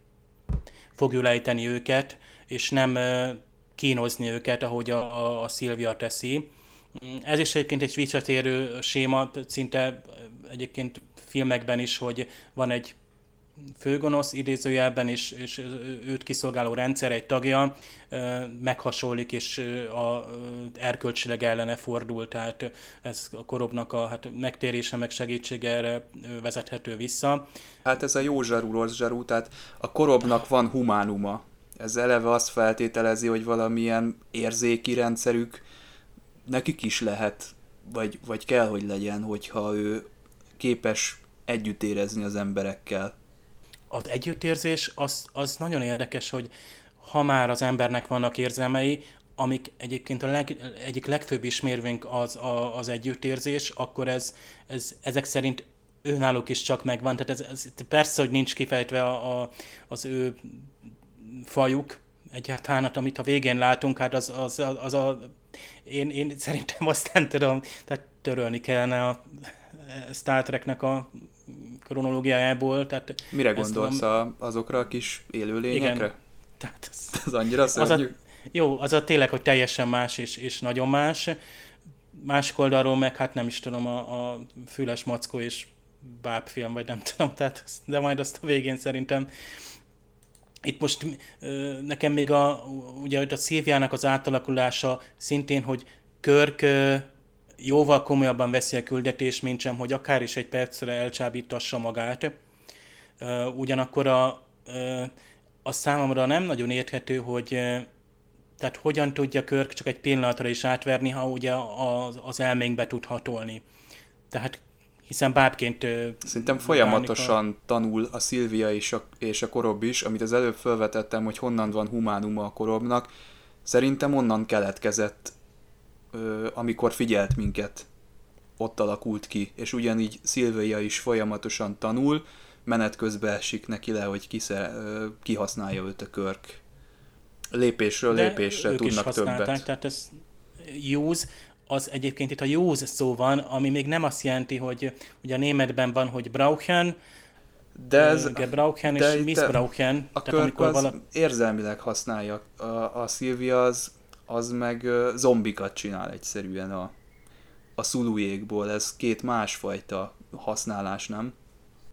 fogjuk ejteni őket, és nem kínozni őket, ahogy a Szilvia teszi. Ez is egyébként egy visszatérő séma, szinte egyébként filmekben is, hogy van egy főgonosz idézőjelben, és őt kiszolgáló rendszer egy tagja meghasonlik, és erkölcsileg ellene fordul, tehát ez a Korobnak a megtérése, meg segítsége erre vezethető vissza. Hát ez a jó zsarú, rossz zsarú, tehát a Korobnak van humánuma. Ez eleve azt feltételezi, hogy valamilyen érzéki rendszerük nekik is lehet, vagy kell, hogy legyen, hogyha ő képes együtt érezni az emberekkel. Az együttérzés az nagyon érdekes, hogy ha már az embernek vannak érzelmei, amik egyébként egyik legfőbb ismérvünk az együttérzés, akkor ezek szerint önállók is csak megvan. Tehát ez persze, hogy nincs kifejtve az ő fajuk egyáltalán, amit a végén látunk, hát én szerintem azt nem tudom, tehát törölni kellene a Star Treknek a kronológiájából. Tehát mire gondolsz, azokra a kis élőlényekre? Igen. Tehát az annyira szörnyű? Jó, tényleg, hogy teljesen más és nagyon más. Másik oldalról meg, hát nem is tudom, a Füles Mackó és bábfilm, vagy nem tudom, tehát, de majd azt a végén szerintem. Itt most nekem még ugye a Szilviának az átalakulása szintén, hogy Kirk jóval komolyabban veszi a küldetést, mint sem, hogy akár is egy percre elcsábítassa magát. Ugyanakkor a számomra nem nagyon érthető, hogy tehát hogyan tudja Kirk csak egy pillanatra is átverni, ha ugye az elménkbe tud hatolni. Tehát hiszen bábként... Szerintem folyamatosan tanul a Szilvia és a Korob is, amit az előbb felvetettem, hogy honnan van humánuma a Korobnak. Szerintem onnan keletkezett, amikor figyelt minket, ott alakult ki, és ugyanígy Szilvia is folyamatosan tanul, menet közben esik neki le, hogy kihasználja őt a Kirk. Lépésről lépésre tudnak többet. Tehát ez use, az egyébként itt a use szó van, ami még nem azt jelenti, hogy ugye a németben van, hogy brauchen, Gebrauchen és Missbrauchen. A Kirk az érzelmileg használja. A Szilvia az meg zombikat csinál egyszerűen a szulujékból. Ez két másfajta használás, nem?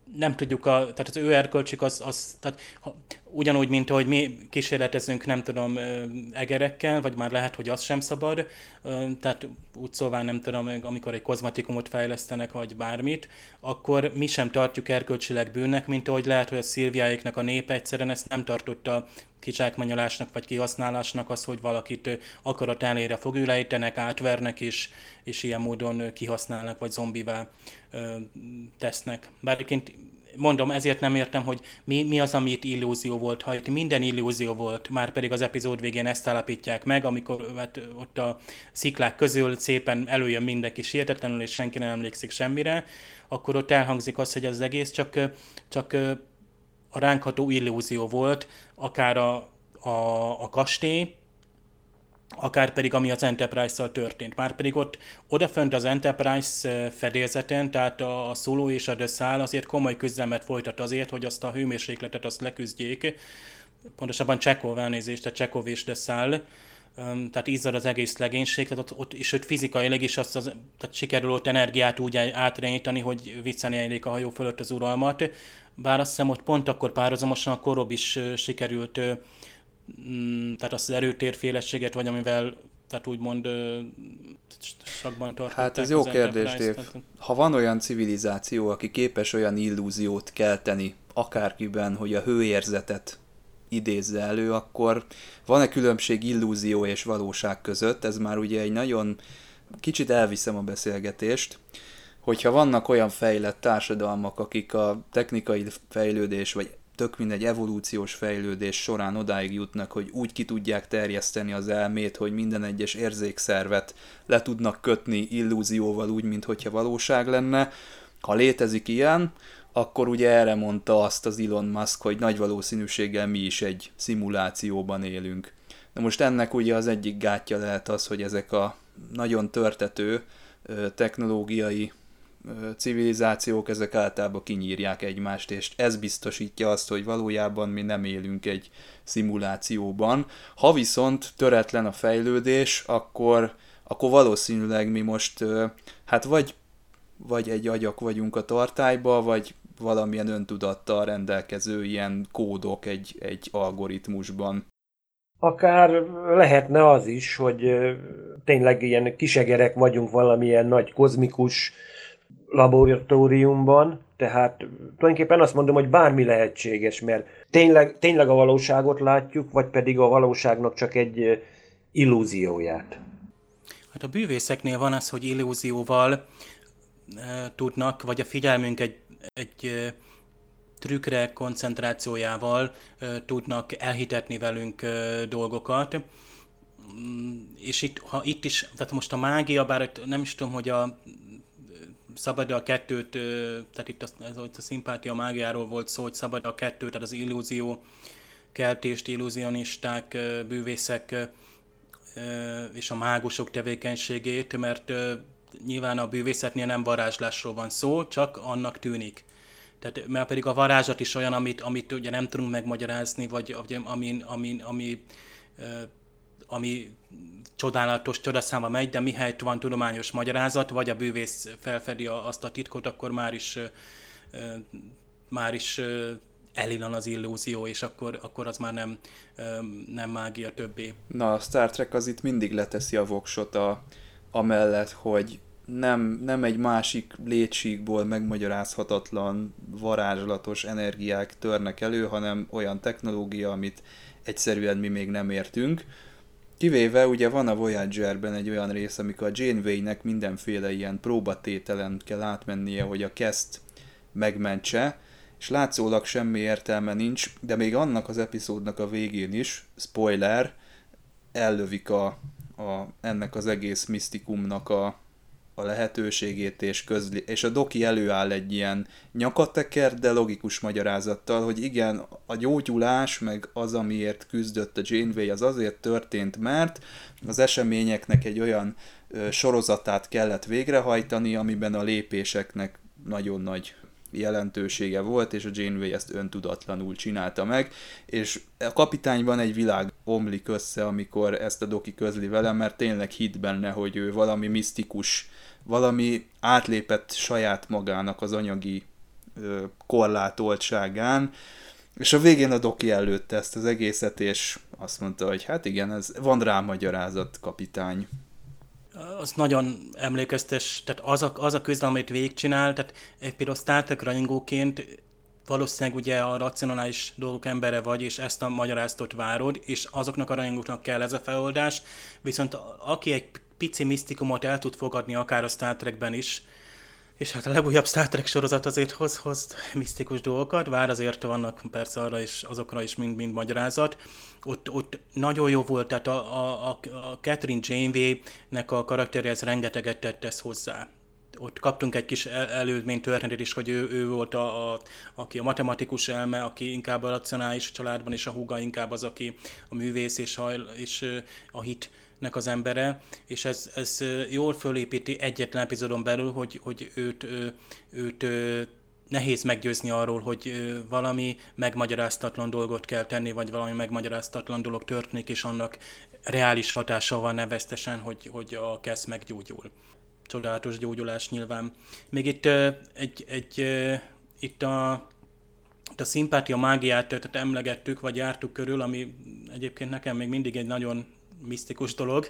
nem tudjuk, tehát az ő erkölcsük tehát ugyanúgy, mint ahogy mi kísérletezünk, nem tudom, egerekkel, vagy már lehet, hogy az sem szabad, tehát úgy szóval nem tudom, amikor egy kozmetikumot fejlesztenek, vagy bármit, akkor mi sem tartjuk erkölcsileg bűnnek, mint ahogy lehet, hogy a Szilviáiknak a népe egyszerűen ezt nem tartotta kizsákmányolásnak vagy kihasználásnak az, hogy valakit akarat elére fogülejtenek, átvernek és ilyen módon kihasználnak vagy zombivá tesznek. Bár egyébként mondom, ezért nem értem, hogy mi az, ami itt illúzió volt. Ha itt minden illúzió volt, már pedig az epizód végén ezt állapítják meg, amikor hát, ott a sziklák közül szépen előjön mindenki sietetlenül, és senki nem emlékszik semmire, akkor ott elhangzik az, hogy az egész csak a ránkható illúzió volt, akár a kastély, akár pedig ami az Enterprise-szal történt. Márpedig ott odafönt az Enterprise fedélzeten, tehát a Sulu és a The Szál azért komoly küzdelmet folytat azért, hogy azt a hőmérsékletet azt leküzdjék. Pontosabban Chekhov elnézést, tehát Chekhov és The Szál. Tehát izzad az egész legénység, tehát ott is őt fizikailag is tehát sikerül ott energiát úgy átirányítani, hogy viccenjelik a hajó fölött az uralmat. Bár azt hiszem, ott pont akkor párhuzamosan a Korob is sikerült, tehát azt az erőtérféleséget, vagy amivel, tehát úgymond sakban tartották. Hát ez jó kérdés, Dave. Ha van olyan civilizáció, aki képes olyan illúziót kelteni akárkiben, hogy a hőérzetet idézze elő, akkor van-e különbség illúzió és valóság között? Ez már ugye egy nagyon kicsit elviszem a beszélgetést, hogyha vannak olyan fejlett társadalmak, akik a technikai fejlődés, vagy tök mindegy evolúciós fejlődés során odáig jutnak, hogy úgy ki tudják terjeszteni az elmét, hogy minden egyes érzékszervet le tudnak kötni illúzióval úgy, minthogyha valóság lenne. Ha létezik ilyen, akkor ugye erre mondta azt az Elon Musk, hogy nagy valószínűséggel mi is egy szimulációban élünk. Na most ennek ugye az egyik gátja lehet az, hogy ezek a nagyon törtető technológiai civilizációk, ezek általában kinyírják egymást, és ez biztosítja azt, hogy valójában mi nem élünk egy szimulációban. Ha viszont töretlen a fejlődés, akkor valószínűleg mi most hát vagy egy agyak vagyunk a tartályba, vagy valamilyen öntudattal rendelkező ilyen kódok egy algoritmusban. Akár lehetne az is, hogy tényleg ilyen kisegerek vagyunk valamilyen nagy kozmikus laboratóriumban, tehát tulajdonképpen azt mondom, hogy bármi lehetséges, mert tényleg a valóságot látjuk, vagy pedig a valóságnak csak egy illúzióját. Hát a bűvészeknél van az, hogy illúzióval tudnak, vagy a figyelmünk egy trükkre koncentrációjával tudnak elhitetni velünk dolgokat. És itt is, tehát most a mágia, bár nem is tudom, hogy szabad a kettőt, tehát itt a szimpátia mágiáról volt szó, hogy szabad a kettőt, tehát az illúzió keltést, illúzionisták, bűvészek és a mágusok tevékenységét, mert nyilván a bűvészetnél nem varázslásról van szó, csak annak tűnik. Tehát, mert pedig a varázslat is olyan, amit ugye nem tudunk megmagyarázni, vagy ami csodálatos csodaszámba megy, de mihelyt van tudományos magyarázat, vagy a bűvész felfedi azt a titkot, akkor már is elillan az illúzió, és akkor az már nem mágia többé. Na, a Star Trek az itt mindig leteszi a voksot amellett, hogy nem egy másik létsíkból megmagyarázhatatlan, varázslatos energiák törnek elő, hanem olyan technológia, amit egyszerűen mi még nem értünk. Kivéve ugye van a Voyagerben egy olyan rész, amikor a Janeway-nek mindenféle ilyen próbatételen kell átmennie, hogy a Keszt megmentse, és látszólag semmi értelme nincs, de még annak az epizódnak a végén is, spoiler, ellövik ennek az egész misztikumnak a lehetőségét és a doki előáll egy ilyen nyakateker, de logikus magyarázattal, hogy igen, a gyógyulás, meg az, amiért küzdött a Janeway, az azért történt, mert az eseményeknek egy olyan sorozatát kellett végrehajtani, amiben a lépéseknek nagyon nagy jelentősége volt, és a Janeway ezt öntudatlanul csinálta meg, és a kapitányban egy világ omlik össze, amikor ezt a doki közli velem, mert tényleg hitt benne, hogy ő valami misztikus, valami átlépett saját magának az anyagi korlátoltságán, és a végén a doki előtte ezt az egészet, és azt mondta, hogy hát igen, ez van rá magyarázat, kapitány. Az nagyon emlékeztes, tehát az a küzdelem, amit végigcsinál, tehát például Star Trek rajongóként valószínűleg ugye a racionális dolgok embere vagy, és ezt a magyarázatot várod, és azoknak a rajongóknak kell ez a feloldás, viszont aki egy pici misztikumot el tud fogadni akár a Star Trekben is, és hát a legújabb Star Trek sorozat azért hoz misztikus dolgokat, bár azért vannak persze arra is, azokra is mind magyarázat. Ott nagyon jó volt, tehát a Catherine Janeway-nek a karakterhez rengeteget tett hozzá. Ott kaptunk egy kis előzmény történetet is, hogy ő volt aki a matematikus elme, aki inkább a racionális családban, és a húga inkább az, aki a művész és a hitnek az embere, és ez jól fölépíti egyetlen epizódon belül, hogy őt nehéz meggyőzni arról, hogy valami megmagyaráztatlan dolgot kell tenni, vagy valami megmagyaráztatlan dolog történik, és annak reális hatása van neveztesen, hogy a Cass meggyógyul. Csodálatos gyógyulás nyilván. Még itt a szimpátia mágiát tehát emlegettük, vagy jártuk körül, ami egyébként nekem még mindig egy nagyon misztikus dolog,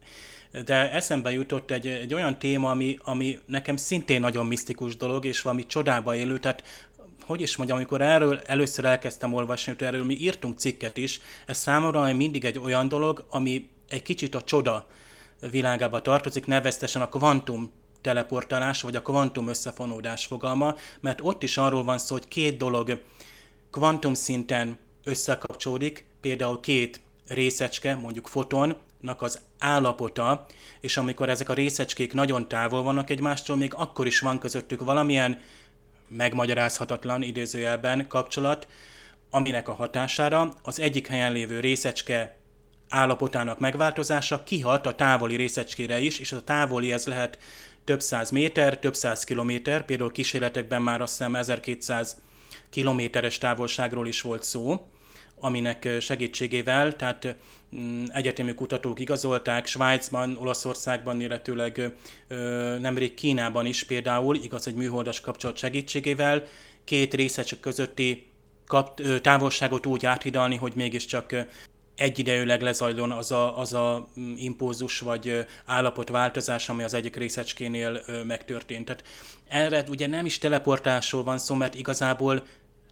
de eszembe jutott egy olyan téma, ami nekem szintén nagyon misztikus dolog, és valami csodába élő, tehát hogy is mondjam, amikor erről először elkezdtem olvasni, erről mi írtunk cikket is, ez számomra mindig egy olyan dolog, ami egy kicsit a csoda világába tartozik, neveztesen a kvantum teleportálás, vagy a kvantum összefonódás fogalma, mert ott is arról van szó, hogy két dolog kvantum szinten összekapcsolódik, például két részecske, mondjuk fotonnak az állapota, és amikor ezek a részecskék nagyon távol vannak egymástól, még akkor is van közöttük valamilyen megmagyarázhatatlan idézőjelben kapcsolat, aminek a hatására az egyik helyen lévő részecske állapotának megváltozása kihat a távoli részecskére is, és a távoli ez lehet több száz méter, több száz kilométer, például kísérletekben már azt hiszem 1200 kilométeres távolságról is volt szó, aminek segítségével, tehát egyetemi kutatók igazolták, Svájcban, Olaszországban, illetőleg nemrég Kínában is például, igaz, egy műholdas kapcsolat segítségével két részecske közötti távolságot úgy áthidalni, hogy mégiscsak egyidejűleg lezajlon az a impulzus vagy állapotváltozás, ami az egyik részecskénél megtörtént. Tehát erre ugye nem is teleportálásról van szó, mert igazából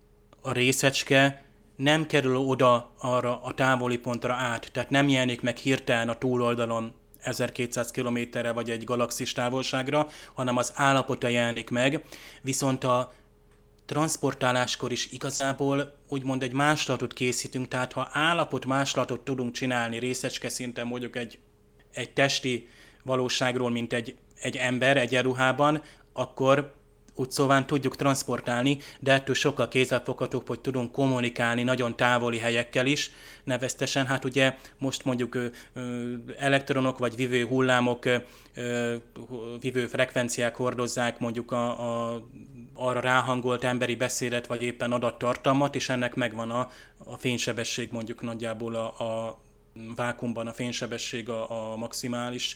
a részecske nem kerül oda arra a távoli pontra át, tehát nem jelenik meg hirtelen a túloldalon 1200 kilométerre vagy egy galaxis távolságra, hanem az állapota jelenik meg, viszont a transportáláskor is igazából úgymond egy máslatot készítünk, tehát ha állapot máslatot tudunk csinálni részecske szinten mondjuk egy testi valóságról, mint egy ember egy ruhában, akkor úgy szóval tudjuk transportálni, de ettől sokkal kézzelfoghatóbb, hogy tudunk kommunikálni nagyon távoli helyekkel is, neveztesen, hát ugye most mondjuk elektronok vagy vívő hullámok, vívő frekvenciák hordozzák mondjuk arra ráhangolt emberi beszédet, vagy éppen adattartalmat, és ennek megvan a fénysebesség, mondjuk nagyjából a vákuumban a fénysebesség a maximális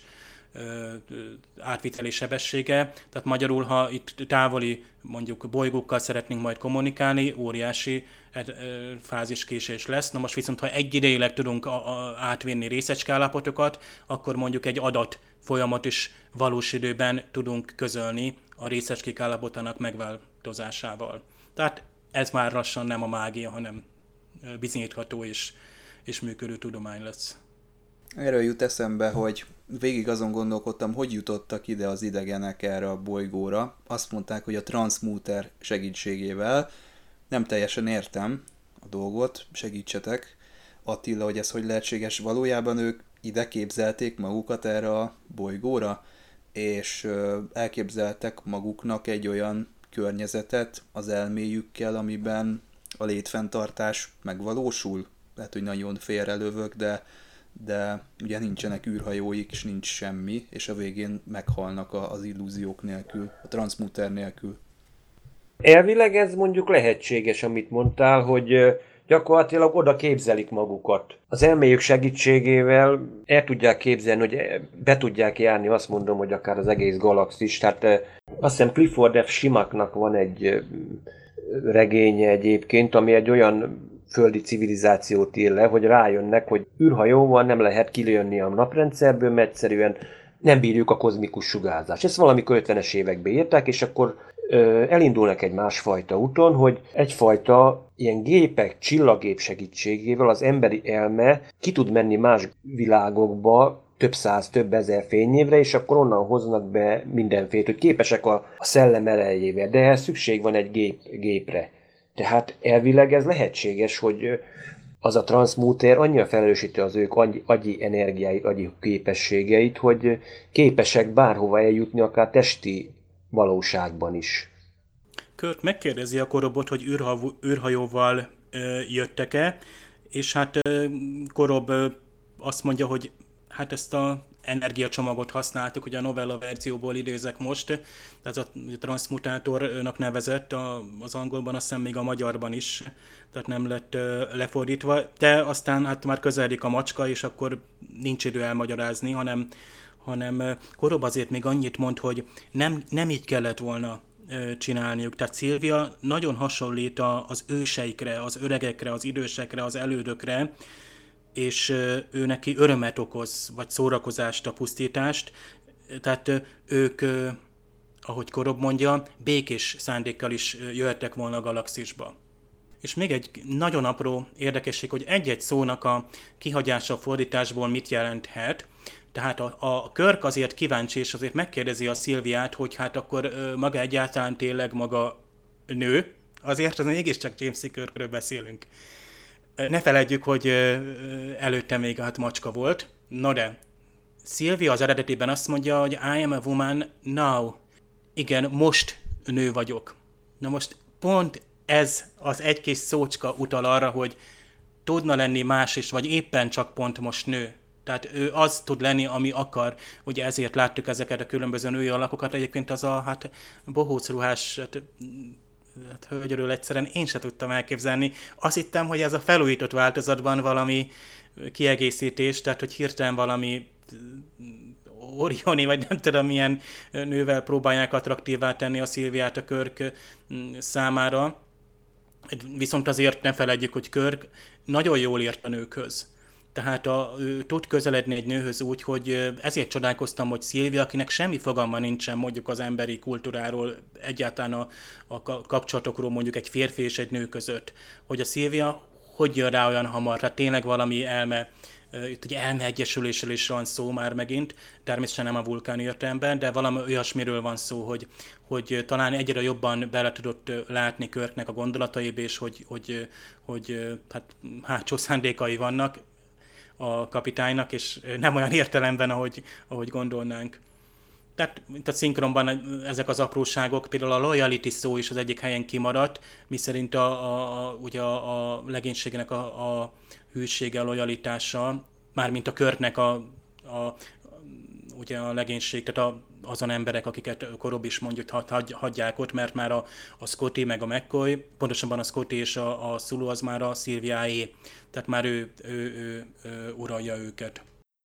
átviteli sebessége, tehát magyarul, ha itt távoli mondjuk bolygókkal szeretnénk majd kommunikálni, óriási fáziskésés lesz. Na most viszont, ha egyidejűleg tudunk átvinni részecskeállapotokat, akkor mondjuk egy adat folyamat is valós időben tudunk közölni a részecskék állapotának megváltozásával. Tehát ez már lassan nem a mágia, hanem bizonyítható és működő tudomány lesz. Erről jut eszembe, hogy végig azon gondolkodtam, hogy jutottak ide az idegenek erre a bolygóra. Azt mondták, hogy a transmuter segítségével. Nem teljesen értem a dolgot, segítsetek. Attila, hogy ez hogy lehetséges. Valójában ők ide képzelték magukat erre a bolygóra, és elképzeltek maguknak egy olyan környezetet az elméjükkel, amiben a létfenntartás megvalósul. Lehet, hogy nagyon félrelövök, de ugye nincsenek űrhajóik, és nincs semmi, és a végén meghalnak az illúziók nélkül, a transmuter nélkül. Elvileg ez mondjuk lehetséges, amit mondtál, hogy gyakorlatilag oda képzelik magukat. Az elméjük segítségével el tudják képzelni, hogy be tudják járni, azt mondom, hogy akár az egész galaxis. Tehát azt hiszem Clifford F. Simaknak van egy regénye egyébként, ami egy olyan földi civilizációt ír le, hogy rájönnek, hogy űrhajóval nem lehet kijönni a naprendszerből, mert egyszerűen nem bírjuk a kozmikus sugárzást. Ezt valamikor 50-es években írták, és akkor elindulnak egy másfajta úton, hogy egyfajta ilyen gépek, csillaggép segítségével az emberi elme ki tud menni más világokba, több száz, több ezer fényévre, és akkor onnan hoznak be mindenféle, hogy képesek a szellem erejével, de ehhez szükség van egy gépre. Tehát elvileg ez lehetséges, hogy az a transzmúter annyira felelősíti az ők agyi energiáit, agyi képességeit, hogy képesek bárhova eljutni, akár testi valóságban is. Kurt megkérdezi a Korobot, hogy űrhajóval jöttek-e, és hát Korob azt mondja, hogy hát ezt a energiacsomagot használtuk, ugye a novella verzióból idézek most, ez a transmutátornak nevezett az angolban, azt hiszem még a magyarban is, tehát nem lett lefordítva, de aztán hát már közeledik a macska, és akkor nincs idő elmagyarázni, hanem Korob azért még annyit mond, hogy nem így kellett volna csinálniuk. Tehát Szilvia nagyon hasonlít az őseikre, az öregekre, az idősekre, az elődökre, és ő neki örömet okoz, vagy szórakozást, a pusztítást. Tehát ők, ahogy Korob mondja, békés szándékkal is jöhettek volna a galaxisba. És még egy nagyon apró érdekesség, hogy egy-egy szónak a kihagyása a fordításból mit jelenthet. Tehát a Kirk azért kíváncsi, és azért megkérdezi a Szilviát, hogy hát akkor maga egyáltalán tényleg maga nő, azért az mégiscsak James C. Kirkről beszélünk. Ne feledjük, hogy előtte még hát macska volt. No de, Szilvia az eredetiben azt mondja, hogy I am a woman now. Igen, most nő vagyok. Na most pont ez az egy kis szócska utal arra, hogy tudna lenni más is, vagy éppen csak pont most nő. Tehát ő az tud lenni, ami akar. Ugye ezért láttuk ezeket a különböző női alakokat. Egyébként az a bohóc ruhás hölgyről egyszerűen én se tudtam elképzelni. Azt hittem, hogy ez a felújított változatban valami kiegészítés, tehát hogy hirtelen valami Orioni, vagy nem tudom milyen nővel próbálják attraktívvá tenni a Szilviát a Kirk számára. Viszont azért ne feledjük, hogy Kirk nagyon jól ért a nőkhöz. Tehát ő tud közeledni egy nőhöz úgy, hogy ezért csodálkoztam, hogy Szilvia, akinek semmi fogalma nincsen mondjuk az emberi kultúráról, egyáltalán a kapcsolatokról mondjuk egy férfi és egy nő között, hogy a Szilvia hogy jön rá olyan hamar, tehát tényleg valami itt ugye elmeegyesülésről is van szó már megint, természetesen nem a vulkáni értelemben, de valami olyasmiről van szó, hogy talán egyre jobban bele tudott látni Kirknek a gondolataiba, és hogy hát hátsó szándékai vannak a kapitánynak, és nem olyan értelemben, ahogy gondolnánk. Tehát mint a szinkronban ezek az apróságok, például a loyalty szó is az egyik helyen kimaradt, miszerint ugye a legénységnek a hűsége, a lojalitása, mármint a Kirknek ugye a legénység, tehát azon emberek, akiket Korob is mondja, hogy hagyják ott, mert már a Scotty meg a McCoy, pontosabban a Scotty és a Sulu az már a Szilviáé, tehát már ő uralja őket.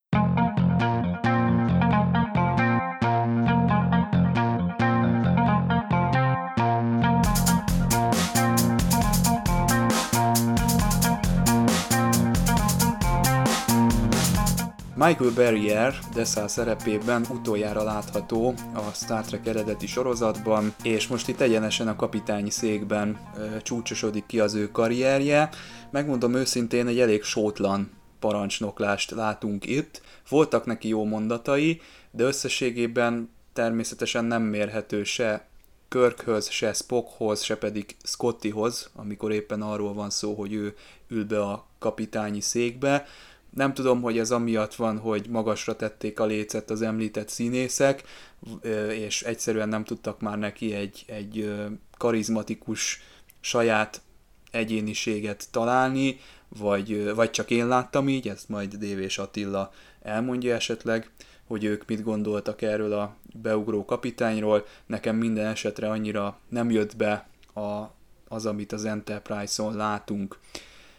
Michael Berrier Dessal szerepében utoljára látható a Star Trek eredeti sorozatban, és most itt egyenesen a kapitányi székben csúcsosodik ki az ő karrierje. Megmondom őszintén, egy elég sótlan parancsnoklást látunk itt. Voltak neki jó mondatai, de összességében természetesen nem mérhető se Kirkhöz, se Spockhoz, se pedig Scottyhoz, amikor éppen arról van szó, hogy ő ül be a kapitányi székbe. Nem tudom, hogy ez amiatt van, hogy magasra tették a lécet az említett színészek, és egyszerűen nem tudtak már neki egy karizmatikus saját egyéniséget találni, vagy csak én láttam így, ezt majd Dév és Attila elmondja esetleg, hogy ők mit gondoltak erről a beugró kapitányról. Nekem minden esetre annyira nem jött be az, amit az Enterprise-on látunk.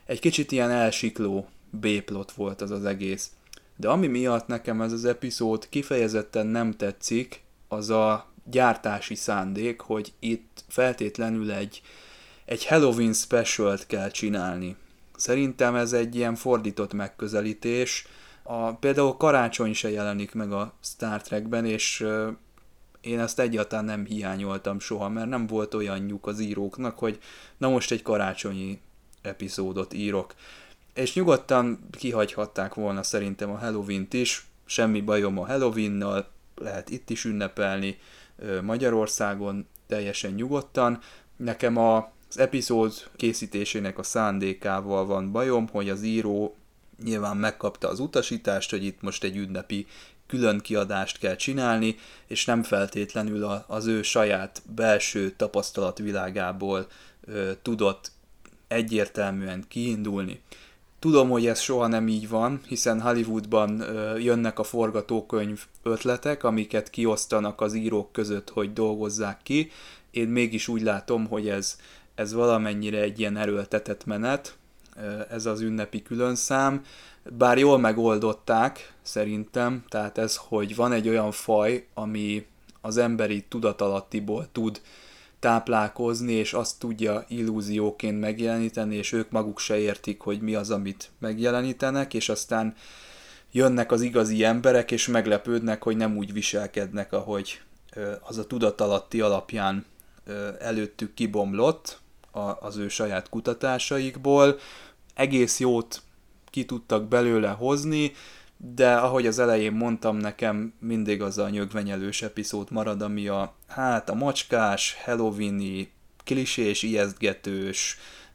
egy kicsit ilyen elsikló B-plot volt az egész. De ami miatt nekem ez az epizód kifejezetten nem tetszik, az a gyártási szándék, hogy itt feltétlenül egy Halloween specialt kell csinálni. Szerintem ez egy ilyen fordított megközelítés. Például karácsony se jelenik meg a Star Trekben, és én ezt egyáltalán nem hiányoltam soha, mert nem volt olyan nyug az íróknak, hogy na most egy karácsonyi epizódot írok. És nyugodtan kihagyhatták volna szerintem a Halloweent is, semmi bajom a Halloweennal, lehet itt is ünnepelni Magyarországon teljesen nyugodtan. Nekem az epizód készítésének a szándékával van bajom, hogy az író nyilván megkapta az utasítást, hogy itt most egy ünnepi külön kiadást kell csinálni, és nem feltétlenül az ő saját belső tapasztalatvilágából tudott egyértelműen kiindulni. Tudom, hogy ez soha nem így van, hiszen Hollywoodban jönnek a forgatókönyv ötletek, amiket kiosztanak az írók között, hogy dolgozzák ki. Én mégis úgy látom, hogy ez valamennyire egy ilyen erőltetett menet, ez az ünnepi különszám, bár jól megoldották szerintem, tehát ez, hogy van egy olyan faj, ami az emberi tudatalattiból tud táplálkozni, és azt tudja illúzióként megjeleníteni, és ők maguk se értik, hogy mi az, amit megjelenítenek, és aztán jönnek az igazi emberek, és meglepődnek, hogy nem úgy viselkednek, ahogy az a tudatalatti alapján előttük kibomlott az ő saját kutatásaikból. Egész jót ki tudtak belőle hozni, de ahogy az elején mondtam, nekem mindig az a nyögvenyelős epizód marad, ami a macskás, halloweeni, klisés, ijesztgetős,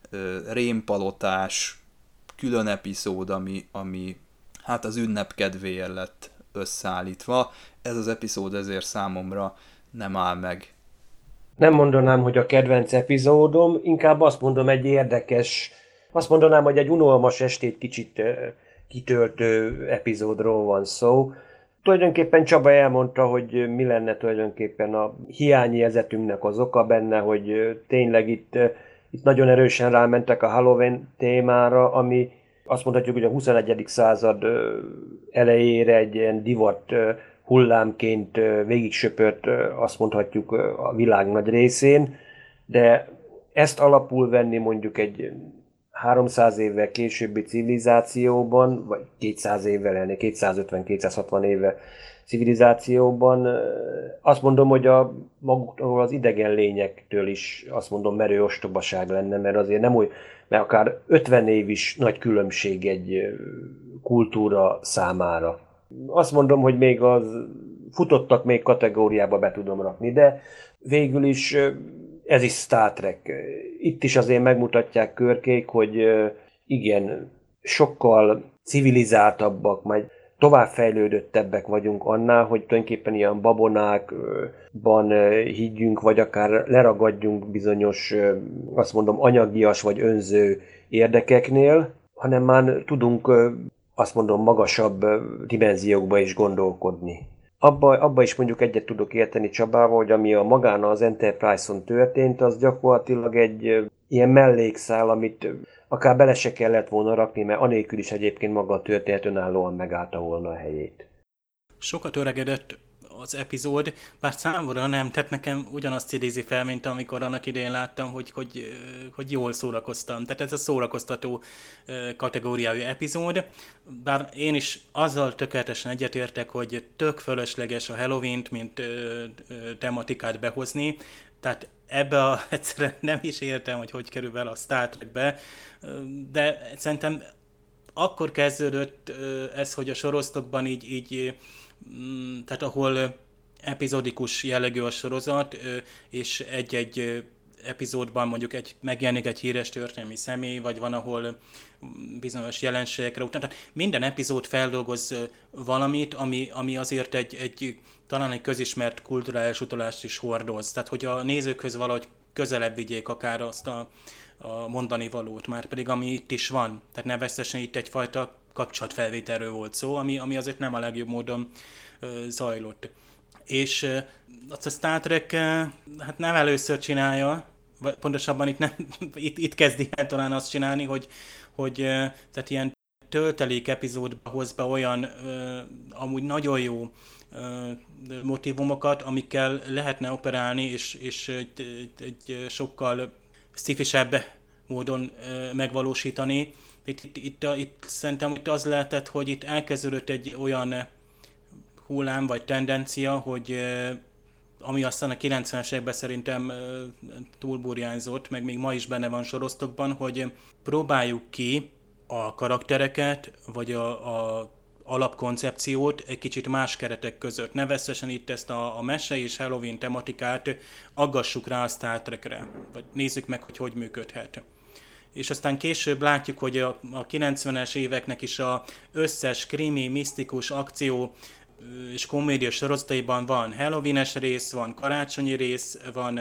rémpalotás külön epizód, ami az ünnep kedvéért lett összeállítva. Ez az epizód ezért számomra nem áll meg. Nem mondanám, hogy a kedvenc epizódom, inkább azt mondom, egy érdekes, azt mondanám, hogy egy unalmas estét kicsit kitöltő epizódról van szó. Tulajdonképpen Csaba elmondta, hogy mi lenne tulajdonképpen a hiányérzetünknek az oka benne, hogy tényleg itt nagyon erősen rámentek a Halloween témára, ami azt mondhatjuk, hogy a 21. század elejére egy ilyen divat hullámként végigsöpört, azt mondhatjuk, a világ nagy részén, de ezt alapul venni mondjuk egy 300 évvel későbbi civilizációban, vagy 200 évvel elné, 250-260 éve civilizációban, azt mondom, hogy maguktól az idegen lényektől is azt mondom merő ostobaság lenne, mert azért nem úgy, mert akár 50 év is nagy különbség egy kultúra számára. Azt mondom, hogy még az futottak még kategóriába be tudom rakni, de végül is ez is Star Trek. Itt is azért megmutatják körkék, hogy igen, sokkal civilizáltabbak, majd továbbfejlődöttebbek vagyunk annál, hogy tulajdonképpen ilyen babonákban higgyünk, vagy akár leragadjunk bizonyos, azt mondom, anyagias vagy önző érdekeknél, hanem már tudunk, azt mondom, magasabb dimenziókba is gondolkodni. Abba is mondjuk egyet tudok érteni Csabával, hogy ami a magán az Enterprise-on történt, az gyakorlatilag egy ilyen mellékszál, amit akár bele se kellett volna rakni, mert anélkül is egyébként maga a történet önállóan megállta volna a helyét. Sokat öregedett az epizód, bár számomra nem, tehát nekem ugyanazt idézi fel, mint amikor annak idején láttam, hogy jól szórakoztam. Tehát ez a szórakoztató kategóriájú epizód, bár én is azzal tökéletesen egyetértek, hogy tök fölösleges a Halloween-t, mint tematikát behozni, tehát ebbe egyszerűen nem is értem, hogy kerül bele a Star Trekbe, de szerintem akkor kezdődött ez, hogy a sorozatokban így tehát ahol epizódikus jellegű a sorozat, és egy-egy epizódban mondjuk megjelenik egy híres történelmi személy, vagy van, ahol bizonyos jelenségekre utána. Tehát minden epizód feldolgoz valamit, ami azért talán egy közismert kulturális utalást is hordoz. Tehát, hogy a nézőkhöz valahogy közelebb vigyék akár azt a mondani valót, már pedig ami itt is van. Tehát nevezetesen itt egyfajta kapcsolatfelvételről volt szó, ami azért nem a legjobb módon zajlott. És azt a Star Trek hát nem először csinálja, pontosabban itt kezdi el talán azt csinálni, hogy tehát ilyen töltelék epizódba hoz be olyan amúgy nagyon jó motivumokat, amikkel lehetne operálni, és egy sokkal szifisebb módon megvalósítani. Itt szerintem itt az lehetett, hogy itt elkezdődött egy olyan hullám vagy tendencia, hogy ami aztán a 90-es években szerintem túlburjánzott, meg még ma is benne van sorosztokban, hogy próbáljuk ki a karaktereket, vagy a alapkoncepciót egy kicsit más keretek között. Nevezetesen itt ezt a mese és Halloween tematikát aggassuk rá a Star Trekre, vagy nézzük meg, hogy működhet. És aztán később látjuk, hogy a 90-es éveknek is az összes krimi, misztikus akció és komédia sorozataiban van Halloween-es rész, van karácsonyi rész, van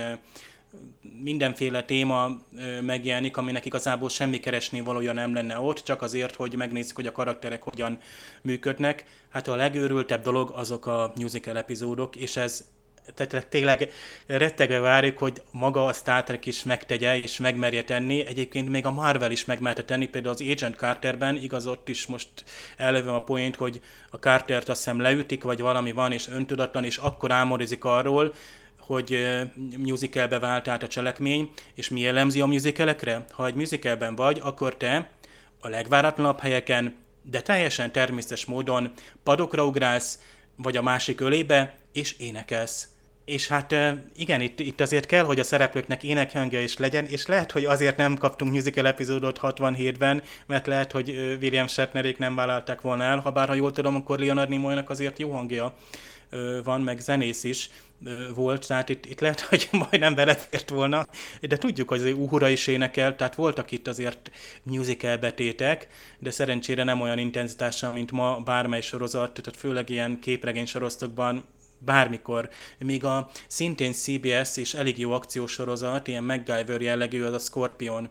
mindenféle téma megjelenik, aminek igazából semmi keresni valója nem lenne ott, csak azért, hogy megnézzük, hogy a karakterek hogyan működnek. Hát a legőrültebb dolog azok a musical epizódok, és ez tehát tényleg rettegve várjuk, hogy maga a Star Trek is megtegye és megmerje tenni. Egyébként még a Marvel is megmerte tenni, például az Agent Carterben, igaz, ott is most elővem a point, hogy a Cartert azt hiszem leütik, vagy valami van, és öntudatlan, és akkor álmodzik arról, hogy musicalbe vált át a cselekmény, és mi jellemzi a musicalekre? Ha egy musicalben vagy, akkor te a legváratlanabb helyeken, de teljesen természetes módon padokra ugrálsz, vagy a másik ölébe, és énekelsz. És hát igen, itt azért kell, hogy a szereplőknek énekhangja is legyen, és lehet, hogy azért nem kaptunk musical epizódot 67-ben, mert lehet, hogy William Shatnerék nem vállalták volna el, ha jól tudom, akkor Leonard Nimoynak azért jó hangja van, meg zenész is volt, tehát itt lehet, hogy majdnem belefért volna, de tudjuk, hogy az Uhura is énekel, tehát voltak itt azért musical betétek, de szerencsére nem olyan intenzitással, mint ma bármely sorozat, tehát főleg ilyen képregény sorozatokban bármikor. Még a szintén CBS és elég jó akciósorozat, ilyen MacGyver jellegű, az a Scorpion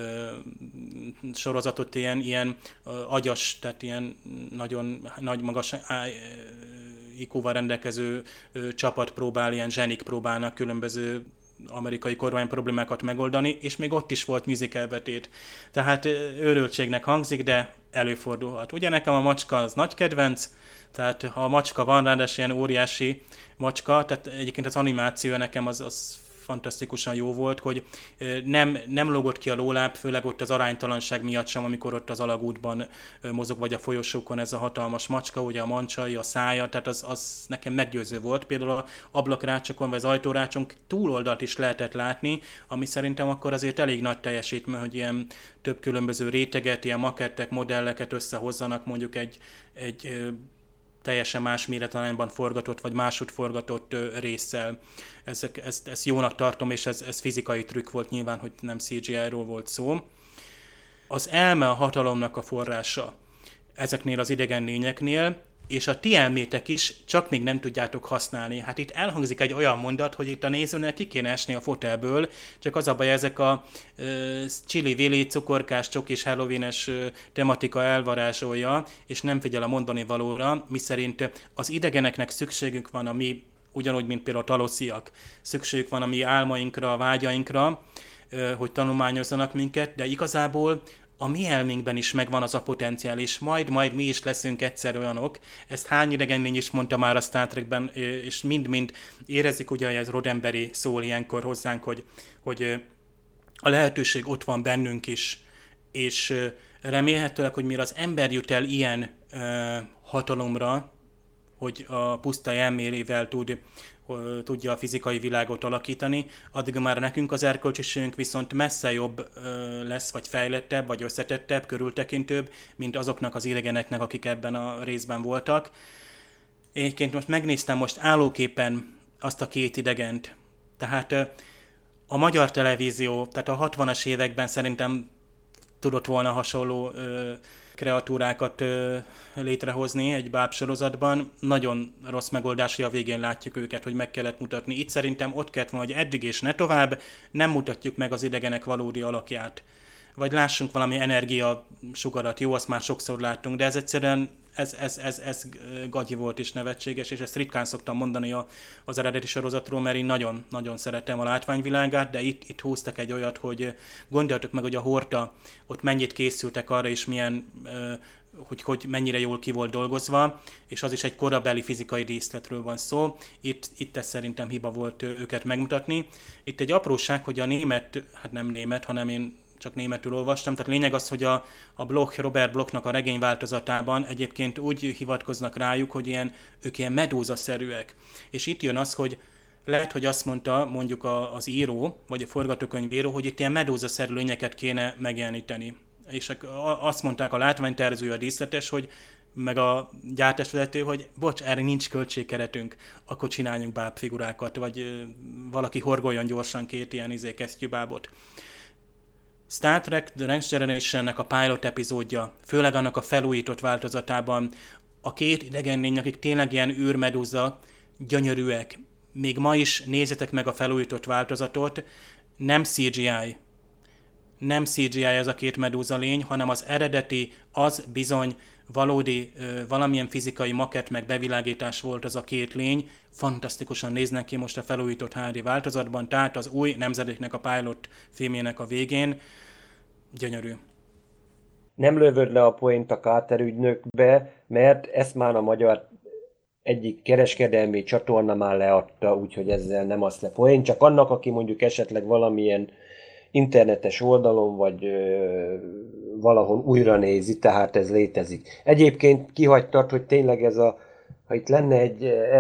sorozatot ilyen agyas, tehát ilyen nagyon nagy magas IQ-val rendelkező csapat próbál, ilyen zsenik próbálnak különböző amerikai kormány problémákat megoldani, és még ott is volt musical betét. Tehát őrültségnek hangzik, de előfordulhat. Ugye nekem a macska az nagy kedvenc, tehát ha a macska van, ráadásul ilyen óriási macska, tehát egyébként az animáció nekem az fantasztikusan jó volt, hogy nem lógott ki a lóláb, főleg ott az aránytalanság miatt sem, amikor ott az alagútban mozog, vagy a folyosókon ez a hatalmas macska, ugye a mancsai, a szája, tehát az nekem meggyőző volt. Például az ablakrácsokon, vagy az ajtórácson túloldalt is lehetett látni, ami szerintem akkor azért elég nagy teljesítmény, hogy ilyen több különböző réteget, ilyen makettek, modelleket összehozzanak mondjuk egy teljesen más méretarányban forgatott, vagy máshogy forgatott résszel. Ezt jónak tartom, és ez fizikai trükk volt nyilván, hogy nem CGI-ról volt szó. Az elme a hatalomnak a forrása ezeknél az idegen lényeknél, és a ti elmétek is csak még nem tudjátok használni. Hát itt elhangzik egy olyan mondat, hogy itt a nézőnek ki kéne esni a fotelből, csak az a baj, ezek a csili-vili, cukorkás, csokis, Halloween-es tematika elvarázsolja, és nem figyel a mondani valóra, miszerint az idegeneknek szükségünk van a mi, ugyanúgy, mint például a talosziak, szükségük van a mi álmainkra, a vágyainkra, hogy tanulmányozzanak minket, de igazából a mi elménkben is megvan az a potenciál, és majd mi is leszünk egyszer olyanok. Ezt hány idegenlény is mondta már a Star Trekben, és mind-mind érezik, ugye, hogy ez Roddenberry szól ilyenkor hozzánk, hogy a lehetőség ott van bennünk is, és remélhetőleg, hogy mire az ember jut el ilyen hatalomra, hogy a puszta elmélével tudja a fizikai világot alakítani, addig már nekünk az erkölcsiségünk viszont messze jobb lesz, vagy fejlettebb, vagy összetettebb, körültekintőbb, mint azoknak az idegeneknek, akik ebben a részben voltak. Egyébként most megnéztem állóképpen azt a két idegent. Tehát a magyar televízió, tehát a 60-as években szerintem tudott volna hasonló kreatúrákat létrehozni egy bábsorozatban. Nagyon rossz megoldás, hogy a végén látjuk őket, hogy meg kellett mutatni. Itt szerintem ott kellett volna, hogy eddig és ne tovább, nem mutatjuk meg az idegenek valódi alakját. Vagy lássunk valami energiasugarat, jó, azt már sokszor láttunk, de ez egyszerűen ez gagyi volt és nevetséges, és ezt ritkán szoktam mondani az eredeti sorozatról, mert én nagyon szeretem a látványvilágát, de itt húztak egy olyat, hogy gondoljatok meg, hogy a Horta ott mennyit készültek arra, és milyen, hogy mennyire jól ki volt dolgozva, és az is egy korabeli fizikai díszletről van szó. Itt ez szerintem hiba volt őket megmutatni. Itt egy apróság, hogy a német, hát nem német, hanem én csak németül olvastam, tehát lényeg az, hogy a Robert Blochnak a regény változatában egyébként úgy hivatkoznak rájuk, hogy ők ilyen medúzaszerűek. És itt jön az, hogy lehet, hogy azt mondta mondjuk az író, vagy a forgatókönyvíró, hogy itt ilyen medúzaszerű lényeket kéne megjeleníteni. És azt mondták a látványtervező, a díszletes, hogy meg a gyártásvezető, hogy bocs, erre nincs költségkeretünk, akkor csináljunk bábfigurákat, vagy valaki horgoljon gyorsan 2 ilyen kesztyűbábot. Star Trek The Next Generation-nek a pilot epizódja, főleg annak a felújított változatában, a 2 idegen lény, akik tényleg ilyen űrmedúza, gyönyörűek. Még ma is nézzetek meg a felújított változatot, nem CGI. Nem CGI ez a 2 medúza lény, hanem az eredeti, az bizony valódi, valamilyen fizikai makett meg bevilágítás volt az a 2 lény. Fantasztikusan néznek ki most a felújított HD változatban, tehát az új nemzedéknek a pilot filmjének a végén. Gyönyörű. Nem lövöd le a poént a Carter ügynökbe, mert ezt már a magyar egyik kereskedelmi csatorna már leadta, úgyhogy ezzel nem azt le poén, csak annak, aki mondjuk esetleg valamilyen internetes oldalon, vagy valahol újra nézi, tehát ez létezik. Egyébként kihagytad, hogy tényleg ha itt lenne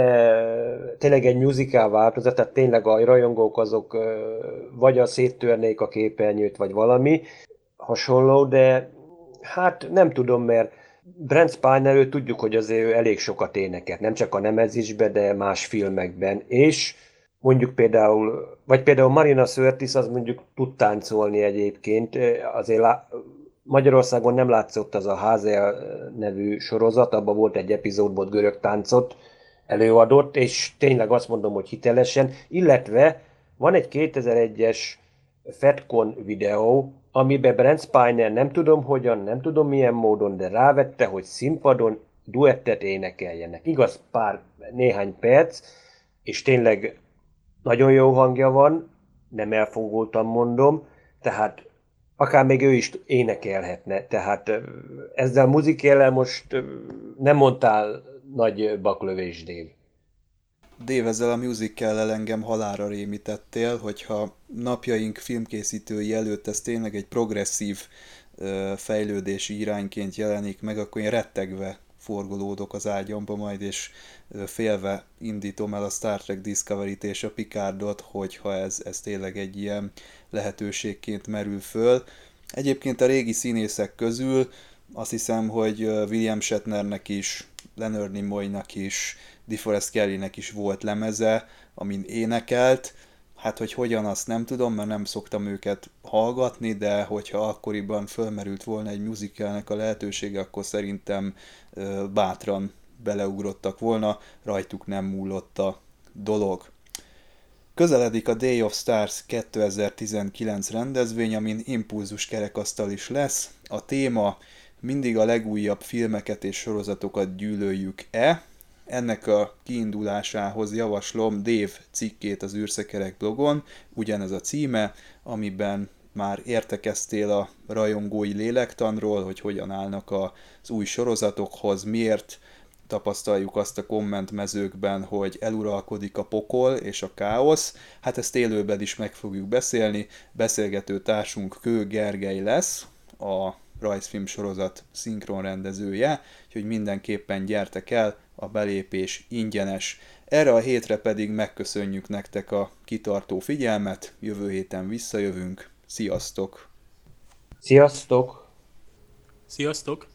tényleg egy musical változat, tehát tényleg a rajongók azok vagy széttörnék a képernyőt, vagy valami hasonló, de hát nem tudom, mert Brent Spiner, tudjuk, hogy azért ő elég sokat énekelt, nem csak a Nemezisbe, de más filmekben, és mondjuk például Marina Sirtis az mondjuk tud táncolni egyébként, azért Magyarországon nem látszott az a Hazel nevű sorozat, abban volt egy epizódból görög táncot előadott, és tényleg azt mondom, hogy hitelesen, illetve van egy 2001-es FedCon videó, amiben Brent Spiner nem tudom milyen módon, de rávette, hogy színpadon duettet énekeljenek. Igaz, néhány perc, és tényleg nagyon jó hangja van, nem elfogultan mondom, tehát akár még ő is énekelhetne, tehát ezzel muzikellel most nem mondtál nagy baklövés, Dave. Dave, ezzel a musicallel engem halálra rémítettél, hogyha napjaink filmkészítői előtt ez tényleg egy progresszív fejlődési irányként jelenik meg, akkor én rettegve forgolódok az ágyamba majd, és félve indítom el a Star Trek Discovery-t és a Picardot, hogyha ez tényleg egy ilyen lehetőségként merül föl. Egyébként a régi színészek közül azt hiszem, hogy William Shatnernek is, Leonard Nimoynak is, DeForest Kellynek is volt lemeze, amin énekelt. Hát, hogy hogyan, azt nem tudom, mert nem szoktam őket hallgatni, de hogyha akkoriban fölmerült volna egy musicalnek a lehetősége, akkor szerintem bátran beleugrottak volna, rajtuk nem múlott a dolog. Közeledik a Day of Stars 2019 rendezvény, amin impulzus kerekasztal is lesz. A téma mindig a legújabb filmeket és sorozatokat gyűlöljük-e? Ennek a kiindulásához javaslom Dave cikkét az űrszekerek blogon, ugyanez a címe, amiben már értekeztél a rajongói lélektanról, hogy hogyan állnak az új sorozatokhoz, miért tapasztaljuk azt a kommentmezőkben, hogy eluralkodik a pokol és a káosz. Hát ezt élőben is meg fogjuk beszélni. Beszélgető társunk Kő Gergely lesz, a rajzfilm sorozat szinkronrendezője, úgyhogy mindenképpen gyertek el, a belépés ingyenes. Erre a hétre pedig megköszönjük nektek a kitartó figyelmet, jövő héten visszajövünk. Sziasztok! Sziasztok! Sziasztok!